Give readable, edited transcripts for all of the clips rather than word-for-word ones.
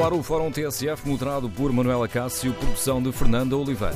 no ar o Fórum TSF, moderado por Manuela Cássio, produção de Fernanda Oliveira.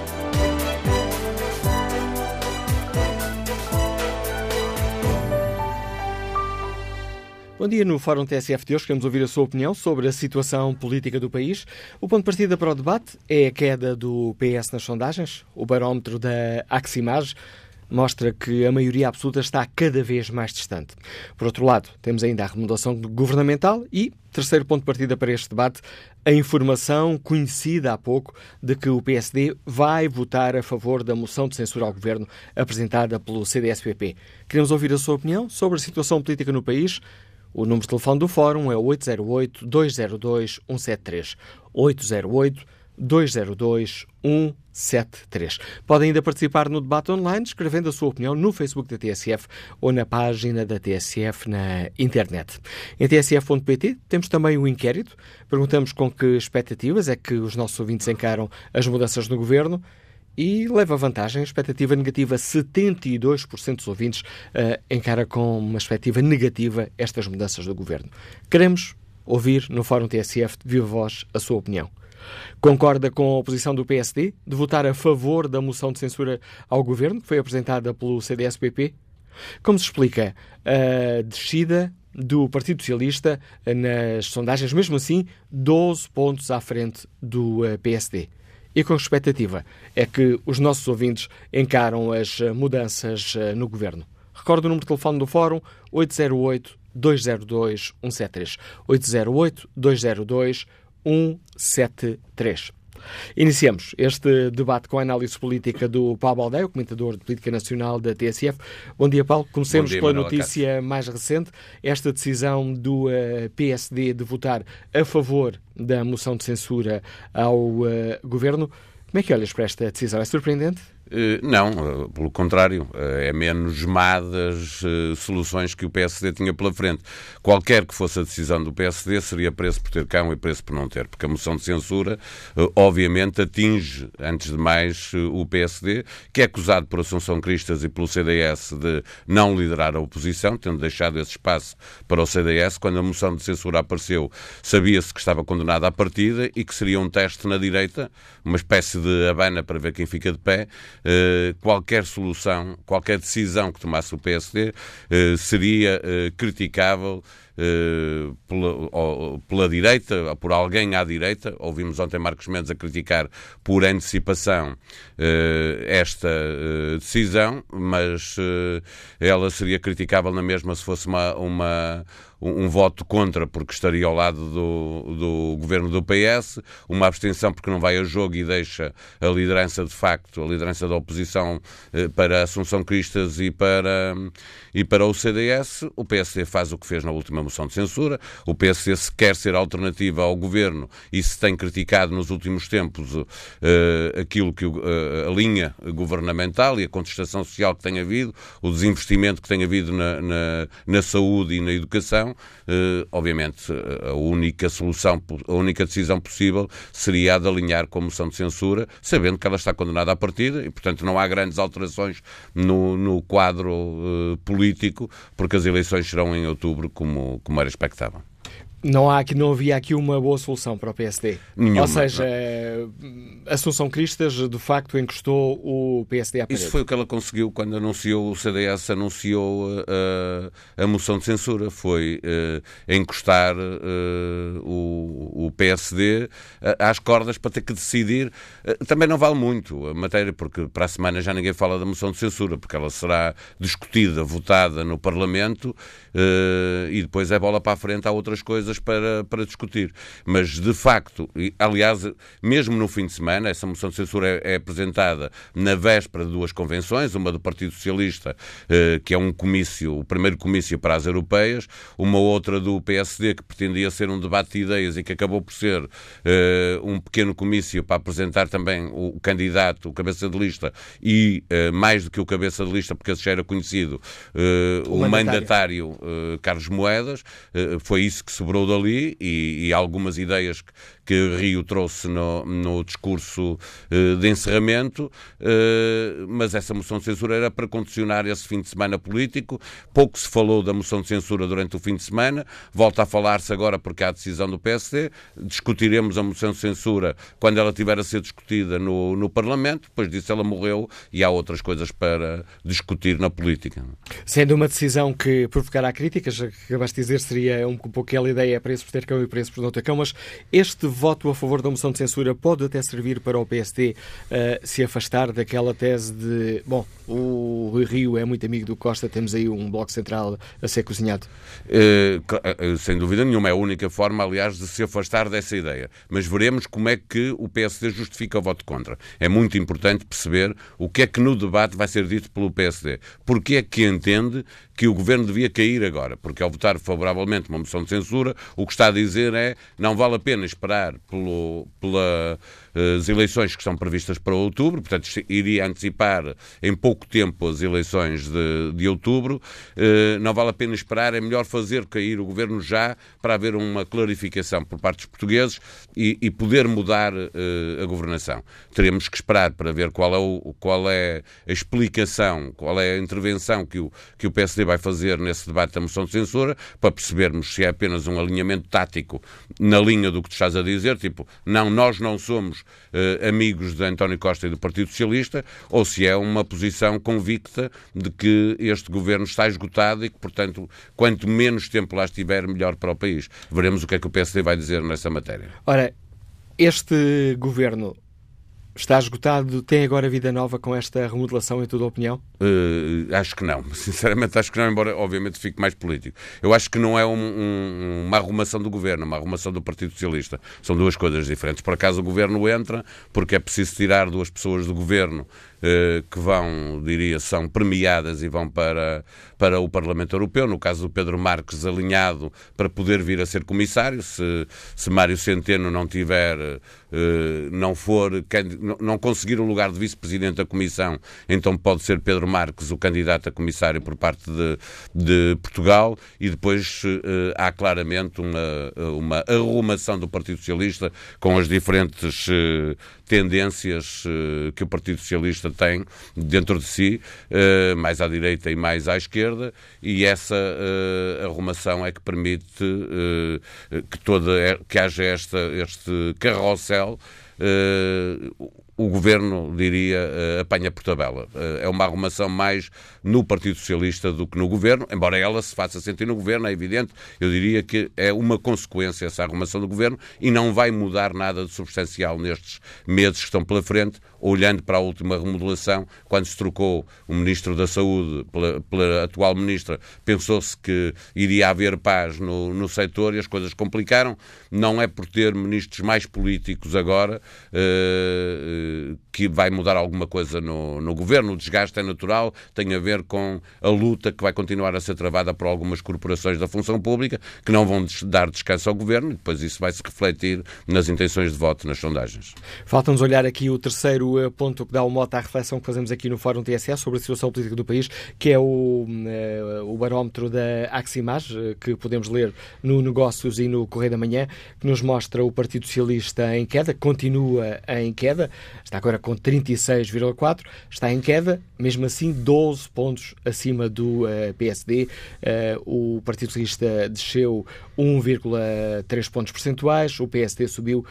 Bom dia. No Fórum TSF de hoje queremos ouvir a sua opinião sobre a situação política do país. O ponto de partida para o debate é a queda do PS nas sondagens. O barómetro da Aximage mostra que a maioria absoluta está cada vez mais distante. Por outro lado, temos ainda a remodelação governamental e, terceiro ponto de partida para este debate, a informação conhecida há pouco de que o PSD vai votar a favor da moção de censura ao governo apresentada pelo CDS-PP. Queremos ouvir a sua opinião sobre a situação política no país. O número de telefone do Fórum é 808-202-173. 808-202-173. Podem ainda participar no debate online, escrevendo a sua opinião no Facebook da TSF ou na página da TSF na internet. Em tsf.pt temos também o inquérito. Perguntamos com que expectativas é que os nossos ouvintes encaram as mudanças no governo. E leva vantagem, a expectativa negativa, 72% dos ouvintes encara com uma expectativa negativa estas mudanças do governo. Queremos ouvir no Fórum TSF de viva voz a sua opinião. Concorda com a posição do PSD de votar a favor da moção de censura ao governo que foi apresentada pelo CDS-PP? Como se explica a descida do Partido Socialista nas sondagens, mesmo assim, 12 pontos à frente do PSD? E com expectativa é que os nossos ouvintes encaram as mudanças no governo. Recordo o número de telefone do Fórum, 808-202-173. 808-202-173. Iniciamos este debate com a análise política do Paulo Baldeia, comentador de política nacional da TSF. Bom dia, Paulo. Comecemos pela notícia mais recente, esta decisão do PSD de votar a favor da moção de censura ao governo. Como é que olhas para esta decisão? É surpreendente? Não, pelo contrário, é menos má das soluções que o PSD tinha pela frente. Qualquer que fosse a decisão do PSD seria preço por ter cão e preço por não ter, porque a moção de censura obviamente atinge, antes de mais, o PSD, que é acusado por Assunção Cristas e pelo CDS de não liderar a oposição, tendo deixado esse espaço para o CDS. Quando a moção de censura apareceu, sabia-se que estava condenado à partida e que seria um teste na direita, uma espécie de abana para ver quem fica de pé. Qualquer solução, qualquer decisão que tomasse o PSD seria criticável pela direita, por alguém à direita. Ouvimos ontem Marcos Mendes a criticar por antecipação esta decisão, mas ela seria criticável na mesma se fosse um voto contra, porque estaria ao lado do governo do PS, uma abstenção porque não vai a jogo e deixa a liderança de facto, a liderança da oposição para Assunção Cristas e para o CDS. O PSD faz o que fez na última moção de censura. O PSD, se quer ser alternativa ao governo e se tem criticado nos últimos tempos aquilo que a linha governamental e a contestação social que tem havido, o desinvestimento que tem havido na saúde e na educação, obviamente a única solução, a única decisão possível seria a de alinhar com a moção de censura, sabendo que ela está condenada à partida e, portanto, não há grandes alterações no quadro político, porque as eleições serão em outubro, como era expectável. Não havia aqui uma boa solução para o PSD. Nenhuma. Ou seja, Assunção Cristas, de facto, encostou o PSD à parede. Isso foi o que ela conseguiu quando anunciou, o CDS anunciou a moção de censura. Foi encostar o PSD às cordas para ter que decidir. Também não vale muito a matéria, porque para a semana já ninguém fala da moção de censura, porque ela será discutida, votada no Parlamento e depois é bola para a frente, há outras coisas para discutir. Mas, de facto, aliás, mesmo no fim de semana, essa moção de censura é apresentada na véspera de duas convenções, uma do Partido Socialista, que é um comício, o primeiro comício para as europeias, uma outra do PSD, que pretendia ser um debate de ideias e que acabou por ser um pequeno comício para apresentar também o candidato, o cabeça de lista, e mais do que o cabeça de lista, porque esse já era conhecido, o mandatário Carlos Moedas. Foi isso que sobrou livrou dali e algumas ideias que Rio trouxe no discurso de encerramento, mas essa moção de censura era para condicionar esse fim de semana político. Pouco se falou da moção de censura durante o fim de semana, volta a falar-se agora porque há a decisão do PSD, discutiremos a moção de censura quando ela tiver a ser discutida no Parlamento, depois disso ela morreu e há outras coisas para discutir na política. Sendo uma decisão que provocará críticas, que acabaste de dizer, seria um pouco aquela ideia, preço por ter cão e preço por não ter cão, mas este voto a favor da moção de censura pode até servir para o PSD se afastar daquela tese de, bom, o Rui Rio é muito amigo do Costa, temos aí um bloco central a ser cozinhado? Sem dúvida nenhuma, é a única forma, aliás, de se afastar dessa ideia. Mas veremos como é que o PSD justifica o voto contra. É muito importante perceber o que é que no debate vai ser dito pelo PSD. Porque é que entende que o Governo devia cair agora? Porque ao votar favoravelmente uma moção de censura, o que está a dizer é não vale a pena esperar pelas eleições que estão previstas para outubro, portanto iria antecipar em pouco tempo as eleições de outubro, não vale a pena esperar, é melhor fazer cair o Governo já para haver uma clarificação por parte dos portugueses e poder mudar a governação. Teremos que esperar para ver qual é a explicação, qual é a intervenção que o PSD vai fazer nesse debate da moção de censura, para percebermos se é apenas um alinhamento tático na linha do que tu estás a dizer, tipo, não, nós não somos amigos de António Costa e do Partido Socialista, ou se é uma posição convicta de que este Governo está esgotado e que, portanto, quanto menos tempo lá estiver, melhor para o país. Veremos o que é que o PSD vai dizer nessa matéria. Ora, este Governo está esgotado? Tem agora vida nova com esta remodelação, em tua opinião? Acho que não. Sinceramente, acho que não, embora, obviamente, fique mais político. Eu acho que não é uma arrumação do Governo, uma arrumação do Partido Socialista. São duas coisas diferentes. Por acaso, o Governo entra porque é preciso tirar duas pessoas do Governo que vão, são premiadas e vão para o Parlamento Europeu. No caso do Pedro Marques, alinhado para poder vir a ser comissário. Se Mário Centeno não tiver, não conseguir o lugar de vice-presidente da Comissão, então pode ser Pedro Marques o candidato a comissário por parte de Portugal, e depois há claramente uma arrumação do Partido Socialista com as diferentes tendências que o Partido Socialista tem dentro de si, mais à direita e mais à esquerda, e essa arrumação é que permite que haja este carrossel. O Governo, apanha por tabela. É uma arrumação mais no Partido Socialista do que no Governo, embora ela se faça sentir no Governo, é evidente. Eu diria que é uma consequência essa arrumação do Governo e não vai mudar nada de substancial nestes meses que estão pela frente, olhando para a última remodelação, quando se trocou o Ministro da Saúde pela atual Ministra, pensou-se que iria haver paz no setor e as coisas complicaram. Não é por ter ministros mais políticos agora que vai mudar alguma coisa no Governo. O desgaste é natural, tem a ver com a luta que vai continuar a ser travada por algumas corporações da função pública que não vão dar descanso ao Governo, e depois isso vai se refletir nas intenções de voto, nas sondagens. Falta-nos olhar aqui o terceiro ponto que dá o mote à reflexão que fazemos aqui no Fórum TSE sobre a situação política do país, que é o barómetro da Aximage, que podemos ler no Negócios e no Correio da Manhã, que nos mostra o Partido Socialista em queda, continua em queda, está agora com 36,4, está em queda, mesmo assim 12 pontos acima do PSD. O Partido Socialista desceu 1,3 pontos percentuais, o PSD subiu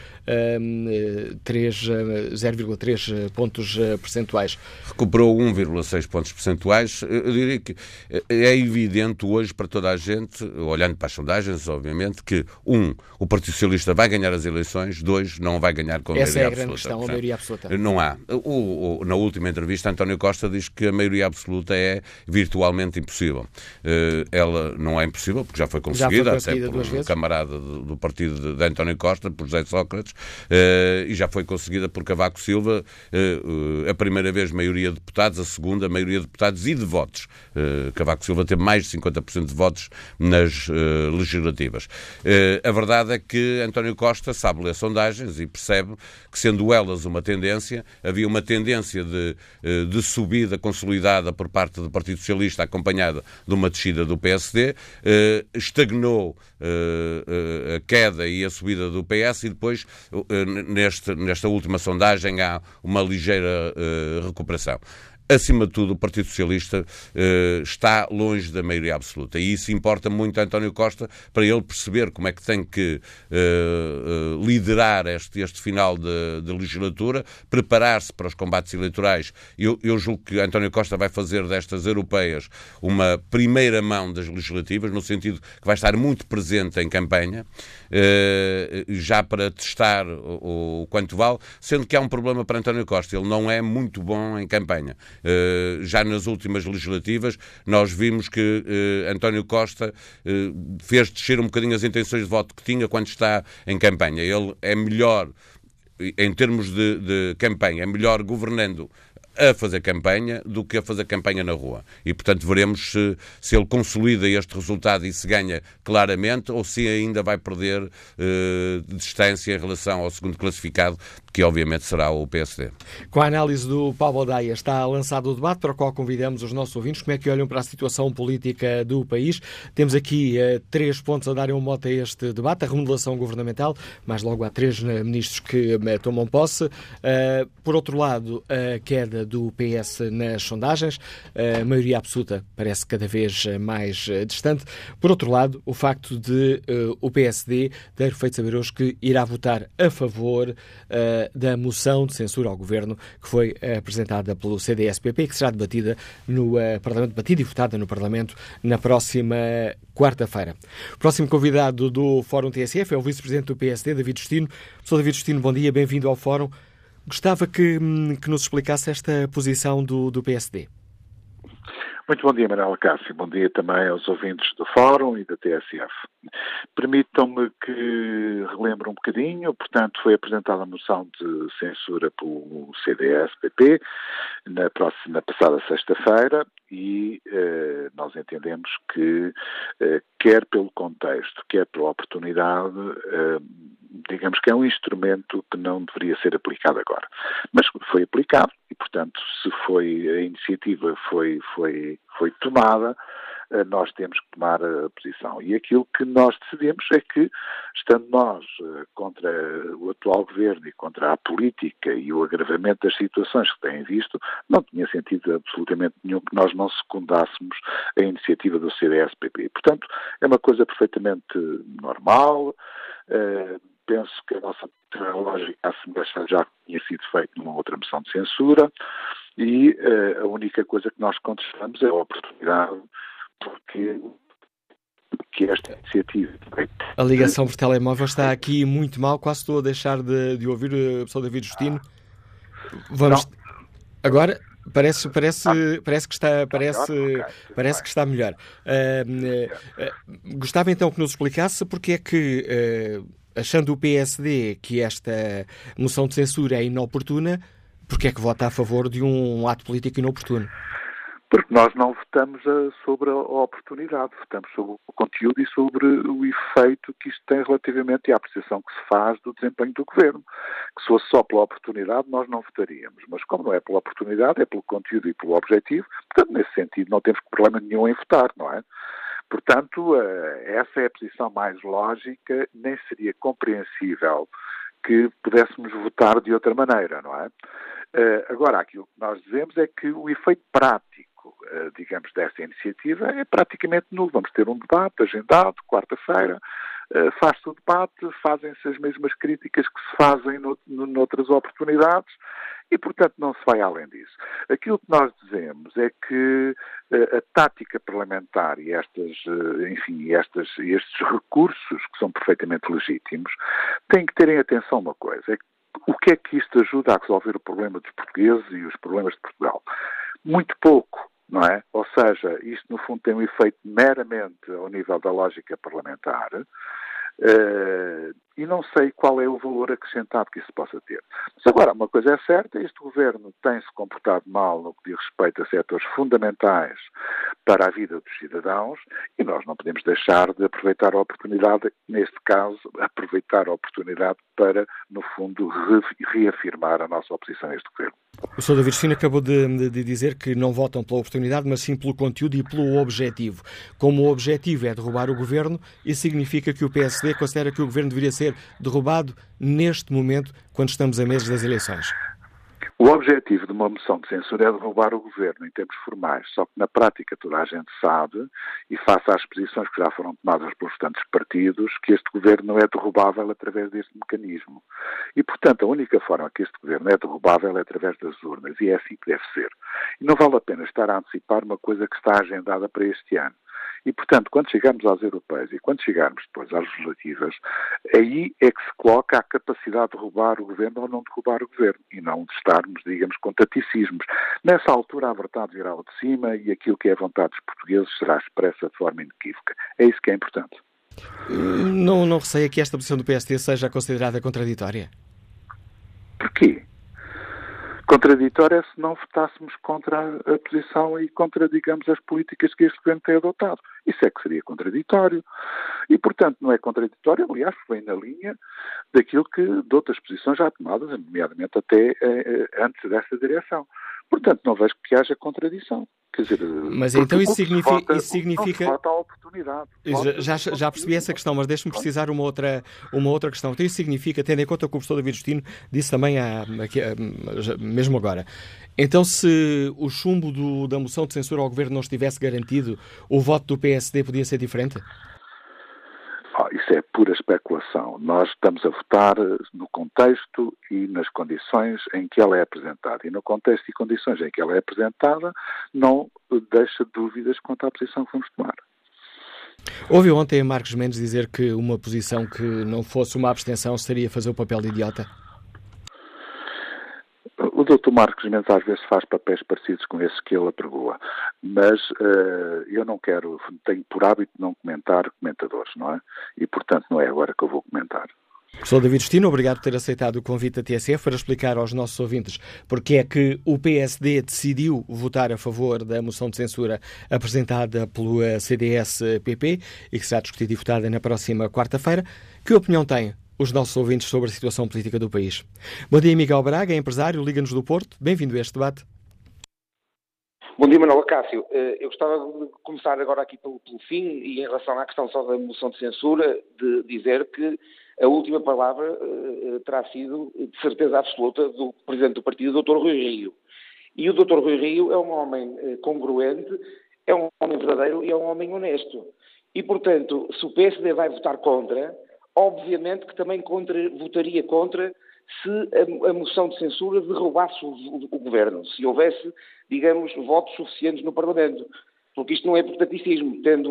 0,3 pontos percentuais. Recuperou 1,6 pontos percentuais. Eu diria que é evidente hoje para toda a gente, olhando para as sondagens, obviamente, que o Partido Socialista vai ganhar as eleições, 2, não vai ganhar com a maioria absoluta. Essa é a grande questão, a maioria absoluta. Não há. Na última entrevista, António Costa diz que a maioria absoluta é virtualmente impossível. Ela não é impossível, porque já foi conseguida até por um camarada do partido de António Costa, por José Sócrates, e já foi conseguida por Cavaco Silva, a primeira vez maioria de deputados, a segunda maioria de deputados e de votos. Cavaco Silva teve mais de 50% de votos nas legislativas. A verdade é que António Costa sabe ler sondagens e percebe que, sendo elas uma tendência, havia uma tendência de subida consolidada por parte do Partido Socialista, acompanhada de uma descida do PSD, estagnou a queda e a subida do PS e depois, nesta última sondagem, há uma ligeira recuperação. Acima de tudo, o Partido Socialista está longe da maioria absoluta e isso importa muito a António Costa para ele perceber como é que tem que liderar este final de legislatura, preparar-se para os combates eleitorais. Eu julgo que António Costa vai fazer destas europeias uma primeira mão das legislativas, no sentido que vai estar muito presente em campanha, já para testar o quanto vale, sendo que há um problema para António Costa, ele não é muito bom em campanha. Já nas últimas legislativas nós vimos que António Costa fez descer um bocadinho as intenções de voto que tinha quando está em campanha. Ele é melhor, em termos de campanha, é melhor governando a fazer campanha do que a fazer campanha na rua. E, portanto, veremos se ele consolida este resultado e se ganha claramente ou se ainda vai perder distância em relação ao segundo classificado, que obviamente será o PSD. Com a análise do Paulo Baldaia, está lançado o debate para o qual convidamos os nossos ouvintes. Como é que olham para a situação política do país? Temos aqui 3 pontos a darem um mote a este debate. A remodelação governamental, mais logo há 3 ministros que tomam posse. Por outro lado, a queda do PS nas sondagens. A maioria absoluta parece cada vez mais distante. Por outro lado, o facto de o PSD ter feito saber hoje que irá votar a favor da moção de censura ao Governo que foi apresentada pelo CDS-PP e que será debatida no Parlamento, debatida e votada no Parlamento na próxima quarta-feira. O próximo convidado do Fórum TSF é o Vice-Presidente do PSD, David Justino. Sr. David Justino, bom dia, bem-vindo ao Fórum. Gostava que nos explicasse esta posição do PSD. Muito bom dia, Manuel Cássio. Bom dia também aos ouvintes do Fórum e da TSF. Permitam-me que relembre um bocadinho. Portanto, foi apresentada a moção de censura pelo CDS-PP na passada sexta-feira e nós entendemos que, quer pelo contexto, quer pela oportunidade, digamos que é um instrumento que não deveria ser aplicado agora. Mas foi aplicado e, portanto, se a iniciativa foi tomada, nós temos que tomar a posição. E aquilo que nós decidimos é que, estando nós contra o atual governo e contra a política e o agravamento das situações que têm visto, não tinha sentido absolutamente nenhum que nós não secundássemos a iniciativa do CDS-PP. Portanto, é uma coisa perfeitamente normal. Penso que a nossa lógica à semelhança já tinha sido feita numa outra moção de censura e a única coisa que nós contestamos é a oportunidade porque esta iniciativa... A ligação por telemóvel está aqui muito mal, quase estou a deixar de ouvir o professor David Justino. Vamos... Não. Agora... Parece que está melhor. Gostava então que nos explicasse porque é que, achando o PSD que esta moção de censura é inoportuna, porque é que vota a favor de um ato político inoportuno? Porque nós não votamos sobre a oportunidade, votamos sobre o conteúdo e sobre o efeito que isto tem relativamente à apreciação que se faz do desempenho do governo. Que se fosse só pela oportunidade, nós não votaríamos. Mas como não é pela oportunidade, é pelo conteúdo e pelo objetivo, portanto, nesse sentido, não temos problema nenhum em votar, não é? Portanto, essa é a posição mais lógica, nem seria compreensível que pudéssemos votar de outra maneira, não é? Agora, aquilo que nós dizemos é que o efeito prático, digamos, dessa iniciativa é praticamente nulo. Vamos ter um debate agendado, quarta-feira, faz-se o debate, fazem-se as mesmas críticas que se fazem noutras oportunidades e, portanto, não se vai além disso. Aquilo que nós dizemos é que a tática parlamentar e estes recursos, que são perfeitamente legítimos, têm que terem atenção a uma coisa, é que o que é que isto ajuda a resolver o problema dos portugueses e os problemas de Portugal? Muito pouco, não é? Ou seja, isto no fundo tem um efeito meramente ao nível da lógica parlamentar e não sei qual é o valor acrescentado que isso possa ter. Mas agora, uma coisa é certa, este Governo tem-se comportado mal no que diz respeito a setores fundamentais para a vida dos cidadãos e nós não podemos deixar de aproveitar a oportunidade, neste caso, aproveitar a oportunidade para, no fundo, reafirmar a nossa oposição a este Governo. O Sr. David Justino acabou de dizer que não votam pela oportunidade, mas sim pelo conteúdo e pelo objetivo. Como o objetivo é derrubar o Governo, isso significa que o PSD considera que o Governo deveria ser derrubado neste momento, quando estamos a meses das eleições. O objetivo de uma moção de censura é derrubar o Governo em termos formais, só que na prática toda a gente sabe, e face às posições que já foram tomadas pelos restantes partidos, que este Governo não é derrubável através deste mecanismo. E, portanto, a única forma que este Governo é derrubável é através das urnas, e é assim que deve ser. E não vale a pena estar a antecipar uma coisa que está agendada para este ano. E, portanto, quando chegarmos às europeias e quando chegarmos depois às legislativas, aí é que se coloca a capacidade de derrubar o Governo ou não derrubar o Governo, e não de estarmos, digamos, com taticismos. Nessa altura, a verdade virá ao de cima e aquilo que é a vontade dos portugueses será expressa de forma inequívoca. É isso que é importante. Não receia que esta posição do PSD seja considerada contraditória? Porquê? Contraditória é se não votássemos contra a posição e contra, digamos, as políticas que este Governo tem adotado. Isso é que seria contraditório. E, portanto, não é contraditório, aliás, vem na linha daquilo que, de outras posições já tomadas, nomeadamente até antes desta direção. Portanto, não vejo que haja contradição. Quer dizer, mas então isso significa... Não se vota a oportunidade. Já percebi essa questão, mas deixe-me precisar uma outra questão. Então isso significa, tendo em conta o que o professor David Justino disse também mesmo agora, então se o chumbo da moção de censura ao Governo não estivesse garantido, o voto do PSD podia ser diferente? Isso é pura especulação. Nós estamos a votar no contexto e nas condições em que ela é apresentada. E no contexto e condições em que ela é apresentada, não deixa dúvidas quanto à posição que vamos tomar. Ouviu ontem a Marcos Mendes dizer que uma posição que não fosse uma abstenção seria fazer o papel de idiota? O Dr. Marcos Mendes às vezes faz papéis parecidos com esses que ele apregoa, mas eu não tenho por hábito não comentar comentadores, não é? E, portanto, não é agora que eu vou comentar. Sou David Justino, obrigado por ter aceitado o convite da TSF para explicar aos nossos ouvintes porque é que o PSD decidiu votar a favor da moção de censura apresentada pelo CDS-PP e que será discutida e votada na próxima quarta-feira. Que opinião têm os nossos ouvintes sobre a situação política do país? Bom dia, Miguel Braga, é empresário, Liga-nos do Porto. Bem-vindo a este debate. Bom dia, Manuel Cássio. Eu gostava de começar agora aqui pelo fim e em relação à questão só da moção de censura, de dizer que a última palavra terá sido, de certeza absoluta, do Presidente do Partido, Dr. Rui Rio. E o Dr. Rui Rio é um homem congruente, é um homem verdadeiro e é um homem honesto. E, portanto, se o PSD vai votar contra, obviamente que também votaria contra se a moção de censura derrubasse o Governo, se houvesse, digamos, votos suficientes no Parlamento. Porque isto não é por taticismo, tendo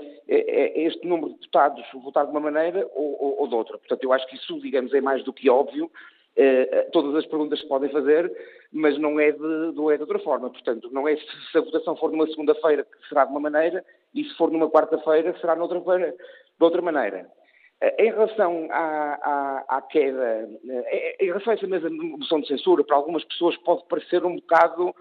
este número de deputados votar de uma maneira ou de outra. Portanto, eu acho que isso, digamos, é mais do que óbvio. Todas as perguntas se podem fazer, mas não é de outra forma. Portanto, não é se a votação for numa segunda-feira que será de uma maneira e se for numa quarta-feira será de outra maneira. Em relação à queda, em relação a essa mesma moção de censura, para algumas pessoas pode parecer um bocado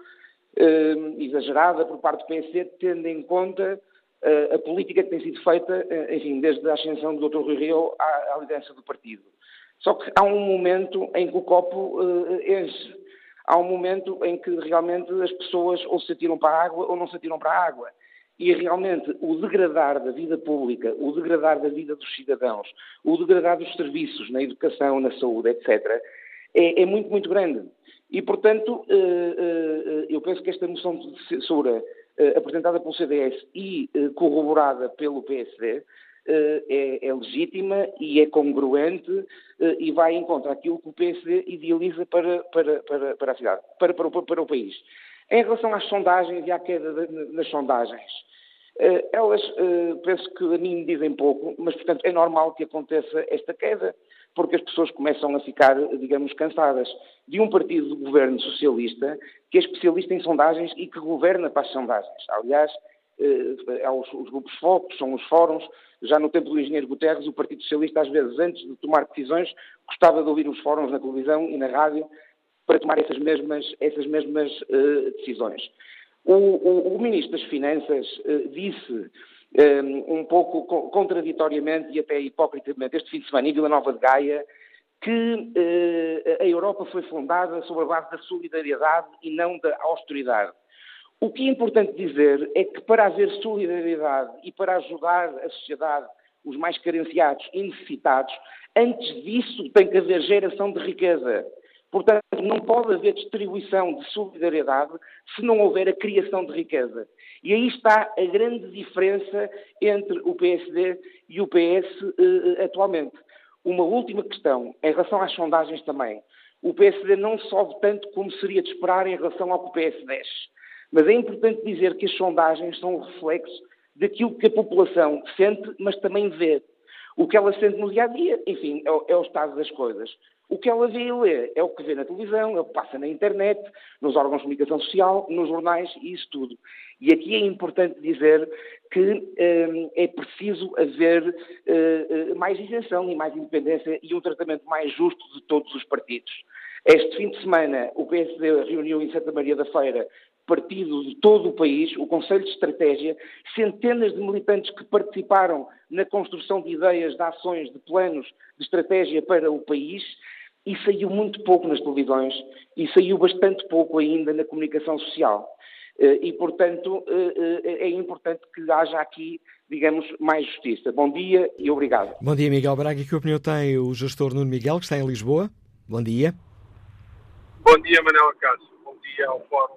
exagerada por parte do PSD, tendo em conta a política que tem sido feita, enfim, desde a ascensão do Dr. Rui Rio à liderança do partido. Só que há um momento em que o copo enche. Há um momento em que realmente as pessoas ou se atiram para a água ou não se atiram para a água. E realmente o degradar da vida pública, o degradar da vida dos cidadãos, o degradar dos serviços na educação, na saúde, etc., é muito, muito grande. E, portanto, eu penso que esta moção de censura apresentada pelo CDS e corroborada pelo PSD é legítima e é congruente e vai em contra aquilo que o PSD idealiza para a cidade, para o país. Em relação às sondagens e à queda nas sondagens, elas, penso que a mim me dizem pouco, mas, portanto, é normal que aconteça esta queda, porque as pessoas começam a ficar, digamos, cansadas de um partido de governo socialista que é especialista em sondagens e que governa para as sondagens. Aliás, os grupos focos, são os fóruns. Já no tempo do engenheiro Guterres, o Partido Socialista, às vezes, antes de tomar decisões, gostava de ouvir os fóruns na televisão e na rádio para tomar essas mesmas decisões. O Ministro das Finanças disse um pouco contraditoriamente e até hipocritamente este fim de semana em Vila Nova de Gaia que a Europa foi fundada sobre a base da solidariedade e não da austeridade. O que é importante dizer é que para haver solidariedade e para ajudar a sociedade, os mais carenciados e necessitados, antes disso tem que haver geração de riqueza. Portanto, não pode haver distribuição de solidariedade se não houver a criação de riqueza. E aí está a grande diferença entre o PSD e o PS atualmente. Uma última questão, em relação às sondagens também. O PSD não sobe tanto como seria de esperar em relação ao que o PS desce. Mas é importante dizer que as sondagens são um reflexo daquilo que a população sente, mas também vê. O que ela sente no dia-a-dia, enfim, é o estado das coisas. O que ela vê e lê é o que vê na televisão, é o que passa na internet, nos órgãos de comunicação social, nos jornais e isso tudo. E aqui é importante dizer que é preciso haver mais isenção e mais independência e um tratamento mais justo de todos os partidos. Este fim de semana o PSD reuniu em Santa Maria da Feira partidos de todo o país, o Conselho de Estratégia, centenas de militantes que participaram na construção de ideias, de ações, de planos de estratégia para o país e saiu muito pouco nas televisões e saiu bastante pouco ainda na comunicação social. E, portanto, é importante que haja aqui, digamos, mais justiça. Bom dia e obrigado. Bom dia, Miguel Braga. E que opinião tem o gestor Nuno Miguel, que está em Lisboa? Bom dia. Bom dia, Manuel Cássio. Bom dia ao Fórum.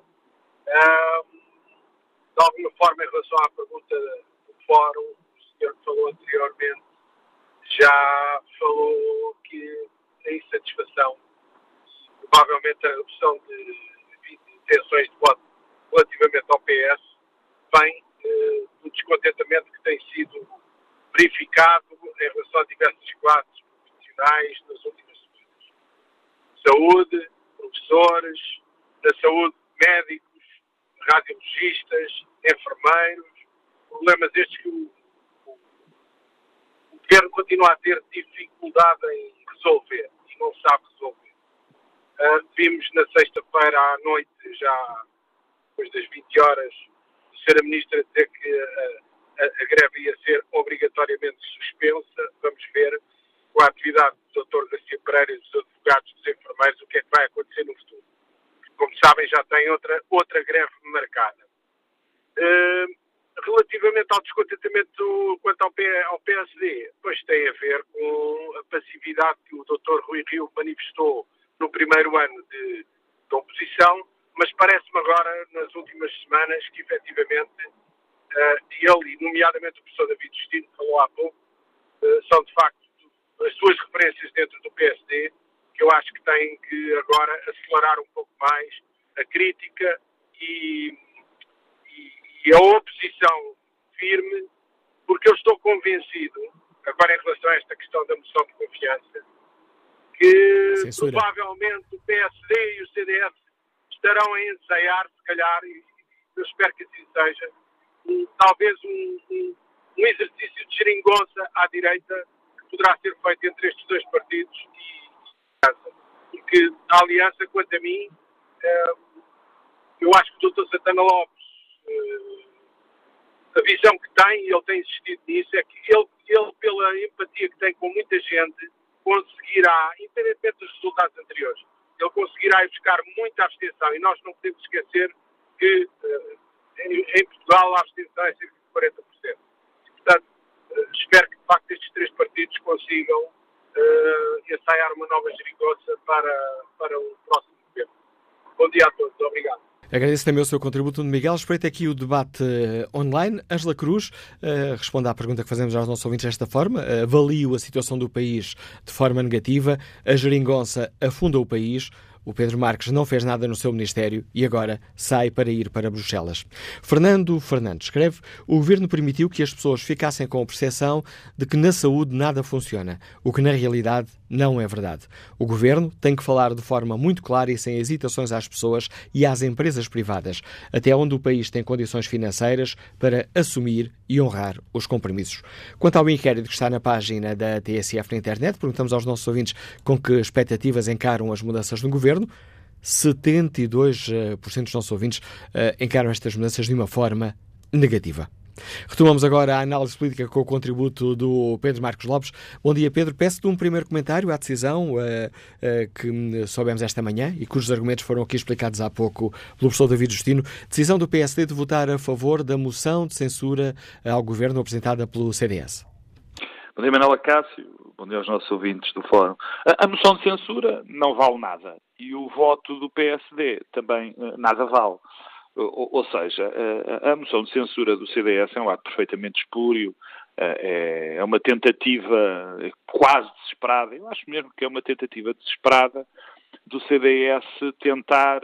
De alguma forma, em relação à pergunta do Fórum, o senhor que falou anteriormente já falou que a insatisfação, provavelmente a redução de intenções de voto relativamente ao PS, vem do descontentamento que tem sido verificado em relação a diversas classes profissionais nas últimas semanas. Saúde, professores, da saúde, médicos, radiologistas, enfermeiros, problemas estes que o governo continua a ter dificuldade em resolver e não sabe resolver. Vimos na sexta-feira à noite, já depois das 20 horas, a senhora Ministra dizer que a greve ia ser obrigatoriamente suspensa. Vamos ver com a atividade do Dr. Garcia Pereira e dos advogados dos enfermeiros o que é que vai acontecer no futuro. Como sabem, já tem outra greve marcada. Relativamente ao descontentamento quanto ao PSD, pois tem a ver com a passividade que o Dr. Rui Rio manifestou no primeiro ano de oposição, mas parece-me agora, nas últimas semanas, que efetivamente ele, e nomeadamente o professor David Justino, que falou há pouco, são de facto as suas referências dentro do PSD, que eu acho que têm que agora acelerar um pouco mais a crítica e a oposição firme, porque eu estou convencido, agora em relação a esta questão da moção de confiança, que provavelmente o PSD e o CDS estarão a ensaiar, se calhar, e eu espero que assim seja, talvez um exercício de geringonça à direita que poderá ser feito entre estes dois partidos porque a aliança, quanto a mim, eu acho que o Dr. Santana Lopes, a visão que tem, e ele tem insistido nisso, é que ele, pela empatia que tem com muita gente, conseguirá, independentemente dos resultados anteriores, ele conseguirá ir buscar muita abstenção. E nós não podemos esquecer que em Portugal a abstenção é cerca de 40%. Portanto, espero que de facto estes três partidos consigam ensaiar uma nova geringonça para o próximo governo. Bom dia a todos, obrigado. Agradeço também o seu contributo, Miguel. Espreito aqui o debate online. Ângela Cruz responde à pergunta que fazemos aos nossos ouvintes desta forma. Avalio a situação do país de forma negativa. A geringonça afunda o país. O Pedro Marques não fez nada no seu ministério e agora sai para ir para Bruxelas. Fernando Fernandes escreve: o governo permitiu que as pessoas ficassem com a percepção de que na saúde nada funciona, o que na realidade não é verdade. O governo tem que falar de forma muito clara e sem hesitações às pessoas e às empresas privadas, até onde o país tem condições financeiras para assumir e honrar os compromissos. Quanto ao inquérito que está na página da TSF na internet, perguntamos aos nossos ouvintes com que expectativas encaram as mudanças no governo. 72% dos nossos ouvintes encaram estas mudanças de uma forma negativa. Retomamos agora a análise política com o contributo do Pedro Marcos Lopes. Bom dia, Pedro. Peço-te um primeiro comentário à decisão que soubemos esta manhã e cujos argumentos foram aqui explicados há pouco pelo professor David Justino. Decisão do PSD de votar a favor da moção de censura ao governo apresentada pelo CDS. Bom dia, Manuela Cássio. Bom dia aos nossos ouvintes do Fórum. A moção de censura não vale nada e o voto do PSD também nada vale. Ou seja, a moção de censura do CDS é um ato perfeitamente espúrio, é uma tentativa quase desesperada, eu acho mesmo que é uma tentativa desesperada do CDS tentar,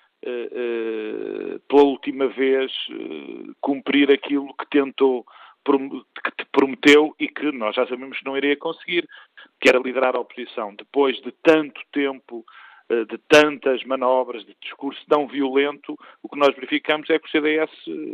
pela última vez, cumprir aquilo que tentou, que te prometeu e que nós já sabemos que não iria conseguir, que era liderar a oposição. Depois de tanto tempo, de tantas manobras, de discurso tão violento, o que nós verificamos é que o CDS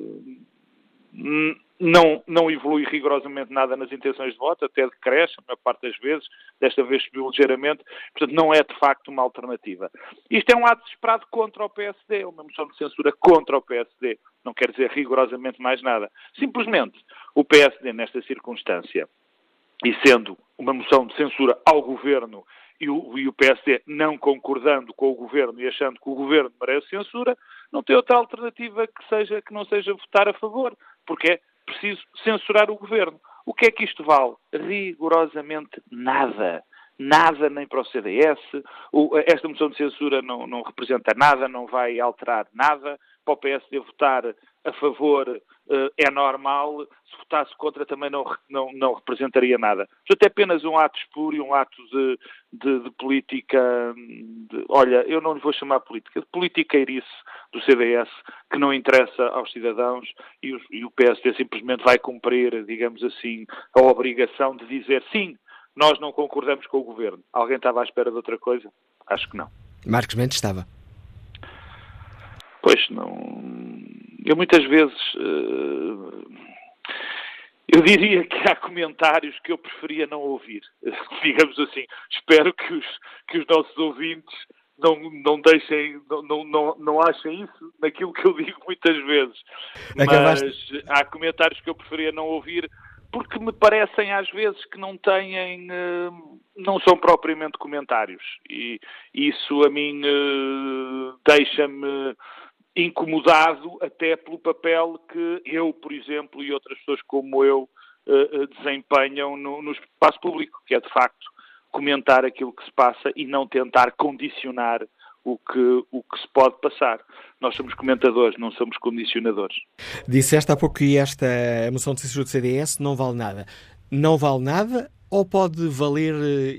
não evolui rigorosamente nada nas intenções de voto, até decresce, a maior parte das vezes, desta vez subiu ligeiramente, portanto não é de facto uma alternativa. Isto é um ato desesperado contra o PSD, uma moção de censura contra o PSD, não quer dizer rigorosamente mais nada. Simplesmente o PSD nesta circunstância, e sendo uma moção de censura ao governo e o PSD não concordando com o governo e achando que o governo merece censura, não tem outra alternativa que não seja votar a favor, porque é preciso censurar o governo. O que é que isto vale? Rigorosamente nada. Nada nem para o CDS. Esta moção de censura não representa nada, não vai alterar nada. Para o PSD votar a favor é normal, se votasse contra também não representaria nada. Portanto, é apenas um ato espúrio, um ato de política, olha, eu não lhe vou chamar política, de politiqueirice do CDS, que não interessa aos cidadãos e o PSD simplesmente vai cumprir, digamos assim, a obrigação de dizer sim, nós não concordamos com o governo. Alguém estava à espera de outra coisa? Acho que não. Marcos Mendes estava. Pois não. Eu muitas vezes eu diria que há comentários que eu preferia não ouvir. Digamos assim. Espero que os nossos ouvintes não deixem, não achem isso naquilo que eu digo muitas vezes. Mas há comentários que eu preferia não ouvir porque me parecem às vezes que não são propriamente comentários. E isso a mim deixa-me incomodado até pelo papel que eu, por exemplo, e outras pessoas como eu desempenham no espaço público, que é de facto comentar aquilo que se passa e não tentar condicionar o que se pode passar. Nós somos comentadores, não somos condicionadores. Disseste há pouco que esta moção de censura do CDS não vale nada. Não vale nada ou pode valer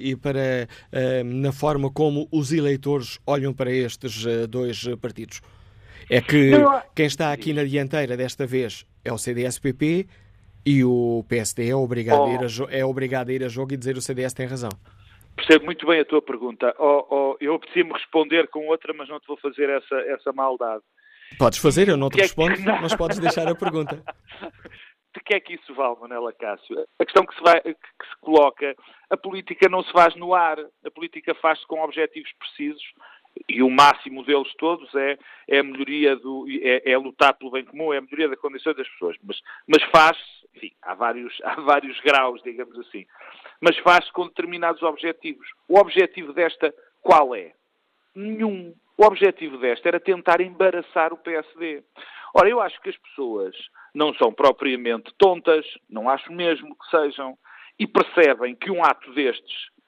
na forma como os eleitores olham para estes dois partidos? É que quem está aqui na dianteira desta vez é o CDS-PP e o PSD é obrigado a ir a jogo e dizer o CDS tem razão. Percebo muito bem a tua pergunta. Eu apetecia-me responder com outra, mas não te vou fazer essa maldade. Podes fazer, eu não te respondo, mas podes deixar a pergunta. De que é que isso vale, Manuela Cássio? A questão que se coloca, a política não se faz no ar, a política faz-se com objetivos precisos e o máximo deles todos é a melhoria é lutar pelo bem comum, é a melhoria da condição das pessoas. Mas faz-se, enfim, há vários graus, digamos assim, mas faz-se com determinados objetivos. O objetivo desta qual é? Nenhum. O objetivo desta era tentar embaraçar o PSD. Ora, eu acho que as pessoas não são propriamente tontas, não acho mesmo que sejam, e percebem que um ato destes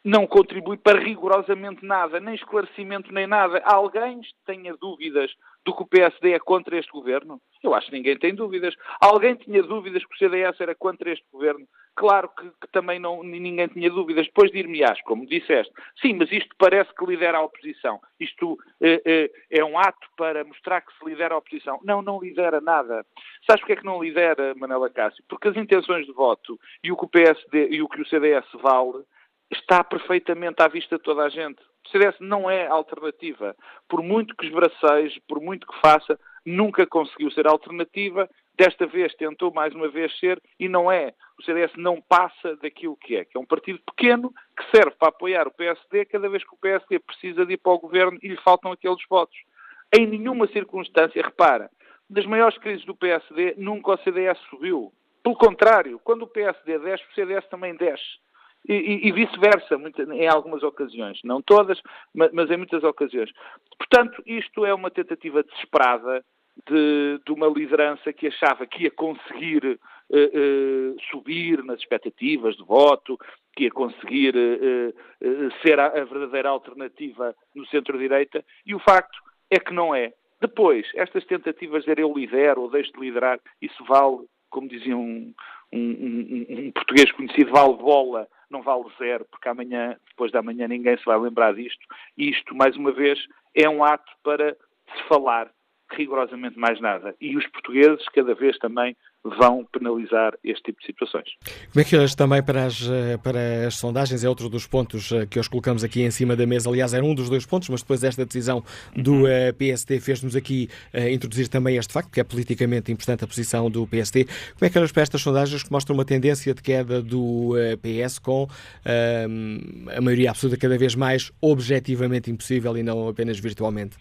não contribui para rigorosamente nada, nem esclarecimento, nem nada. Alguém tenha dúvidas do que o PSD é contra este governo? Eu acho que ninguém tem dúvidas. Alguém tinha dúvidas que o CDS era contra este governo? Claro que também ninguém tinha dúvidas. Depois dir-me-ás, como disseste, sim, mas isto parece que lidera a oposição. Isto é um ato para mostrar que se lidera a oposição. Não lidera nada. Sabes porque é que não lidera, Manuela Cássio? Porque as intenções de voto e o que o PSD e o que o CDS vale está perfeitamente à vista de toda a gente. O CDS não é alternativa. Por muito que esbraceje, por muito que faça, nunca conseguiu ser alternativa. Desta vez tentou mais uma vez ser e não é. O CDS não passa daquilo que é um partido pequeno que serve para apoiar o PSD cada vez que o PSD precisa de ir para o governo e lhe faltam aqueles votos. Em nenhuma circunstância, repara, das maiores crises do PSD, nunca o CDS subiu. Pelo contrário, quando o PSD desce, o CDS também desce. E vice-versa, em algumas ocasiões. Não todas, mas em muitas ocasiões. Portanto, isto é uma tentativa desesperada de uma liderança que achava que ia conseguir subir nas expectativas de voto, que ia conseguir ser a verdadeira alternativa no centro-direita, e o facto é que não é. Depois, estas tentativas de dizer eu lidero ou deixo de liderar, isso vale, como dizia um português conhecido, vale bola, não vale zero, porque amanhã, depois da manhã, ninguém se vai lembrar disto. E isto, mais uma vez, é um ato para se falar rigorosamente mais nada. E os portugueses, cada vez também, vão penalizar este tipo de situações. Como é que olhas também para as sondagens? É outro dos pontos que hoje colocamos aqui em cima da mesa. Aliás, era um dos dois pontos, mas depois desta decisão do PSD fez-nos aqui introduzir também este facto, que é politicamente importante a posição do PSD. Como é que olhas para estas sondagens que mostram uma tendência de queda do PS com a maioria absoluta cada vez mais objetivamente impossível e não apenas virtualmente?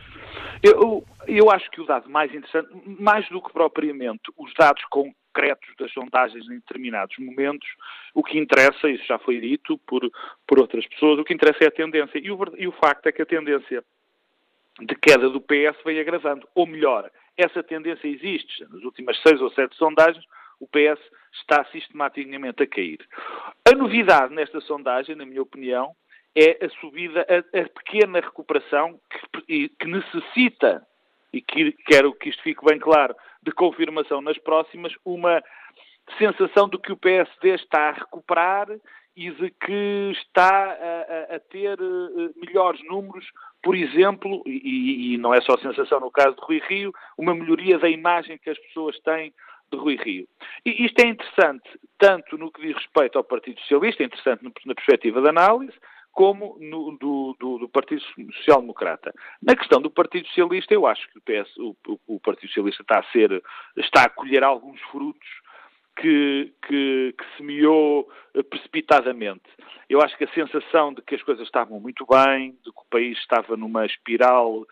Eu acho que o dado mais interessante, mais do que propriamente os dados concretos das sondagens em determinados momentos, o que interessa, isso já foi dito por outras pessoas, o que interessa é a tendência. E o facto é que a tendência de queda do PS vem agravando. Ou melhor, essa tendência existe. Nas últimas 6 ou 7 sondagens, o PS está sistematicamente a cair. A novidade nesta sondagem, na minha opinião, é a subida, a pequena recuperação que necessita, e quero que isto fique bem claro, de confirmação nas próximas, uma sensação de que o PSD está a recuperar e de que está a ter melhores números, por exemplo, e não é só sensação no caso de Rui Rio, uma melhoria da imagem que as pessoas têm de Rui Rio. E isto é interessante, tanto no que diz respeito ao Partido Socialista, é interessante na perspectiva de análise, como do Partido Social Democrata. Na questão do Partido Socialista, eu acho que o Partido Socialista está a colher alguns frutos que semeou precipitadamente. Eu acho que a sensação de que as coisas estavam muito bem, de que o país estava numa espiral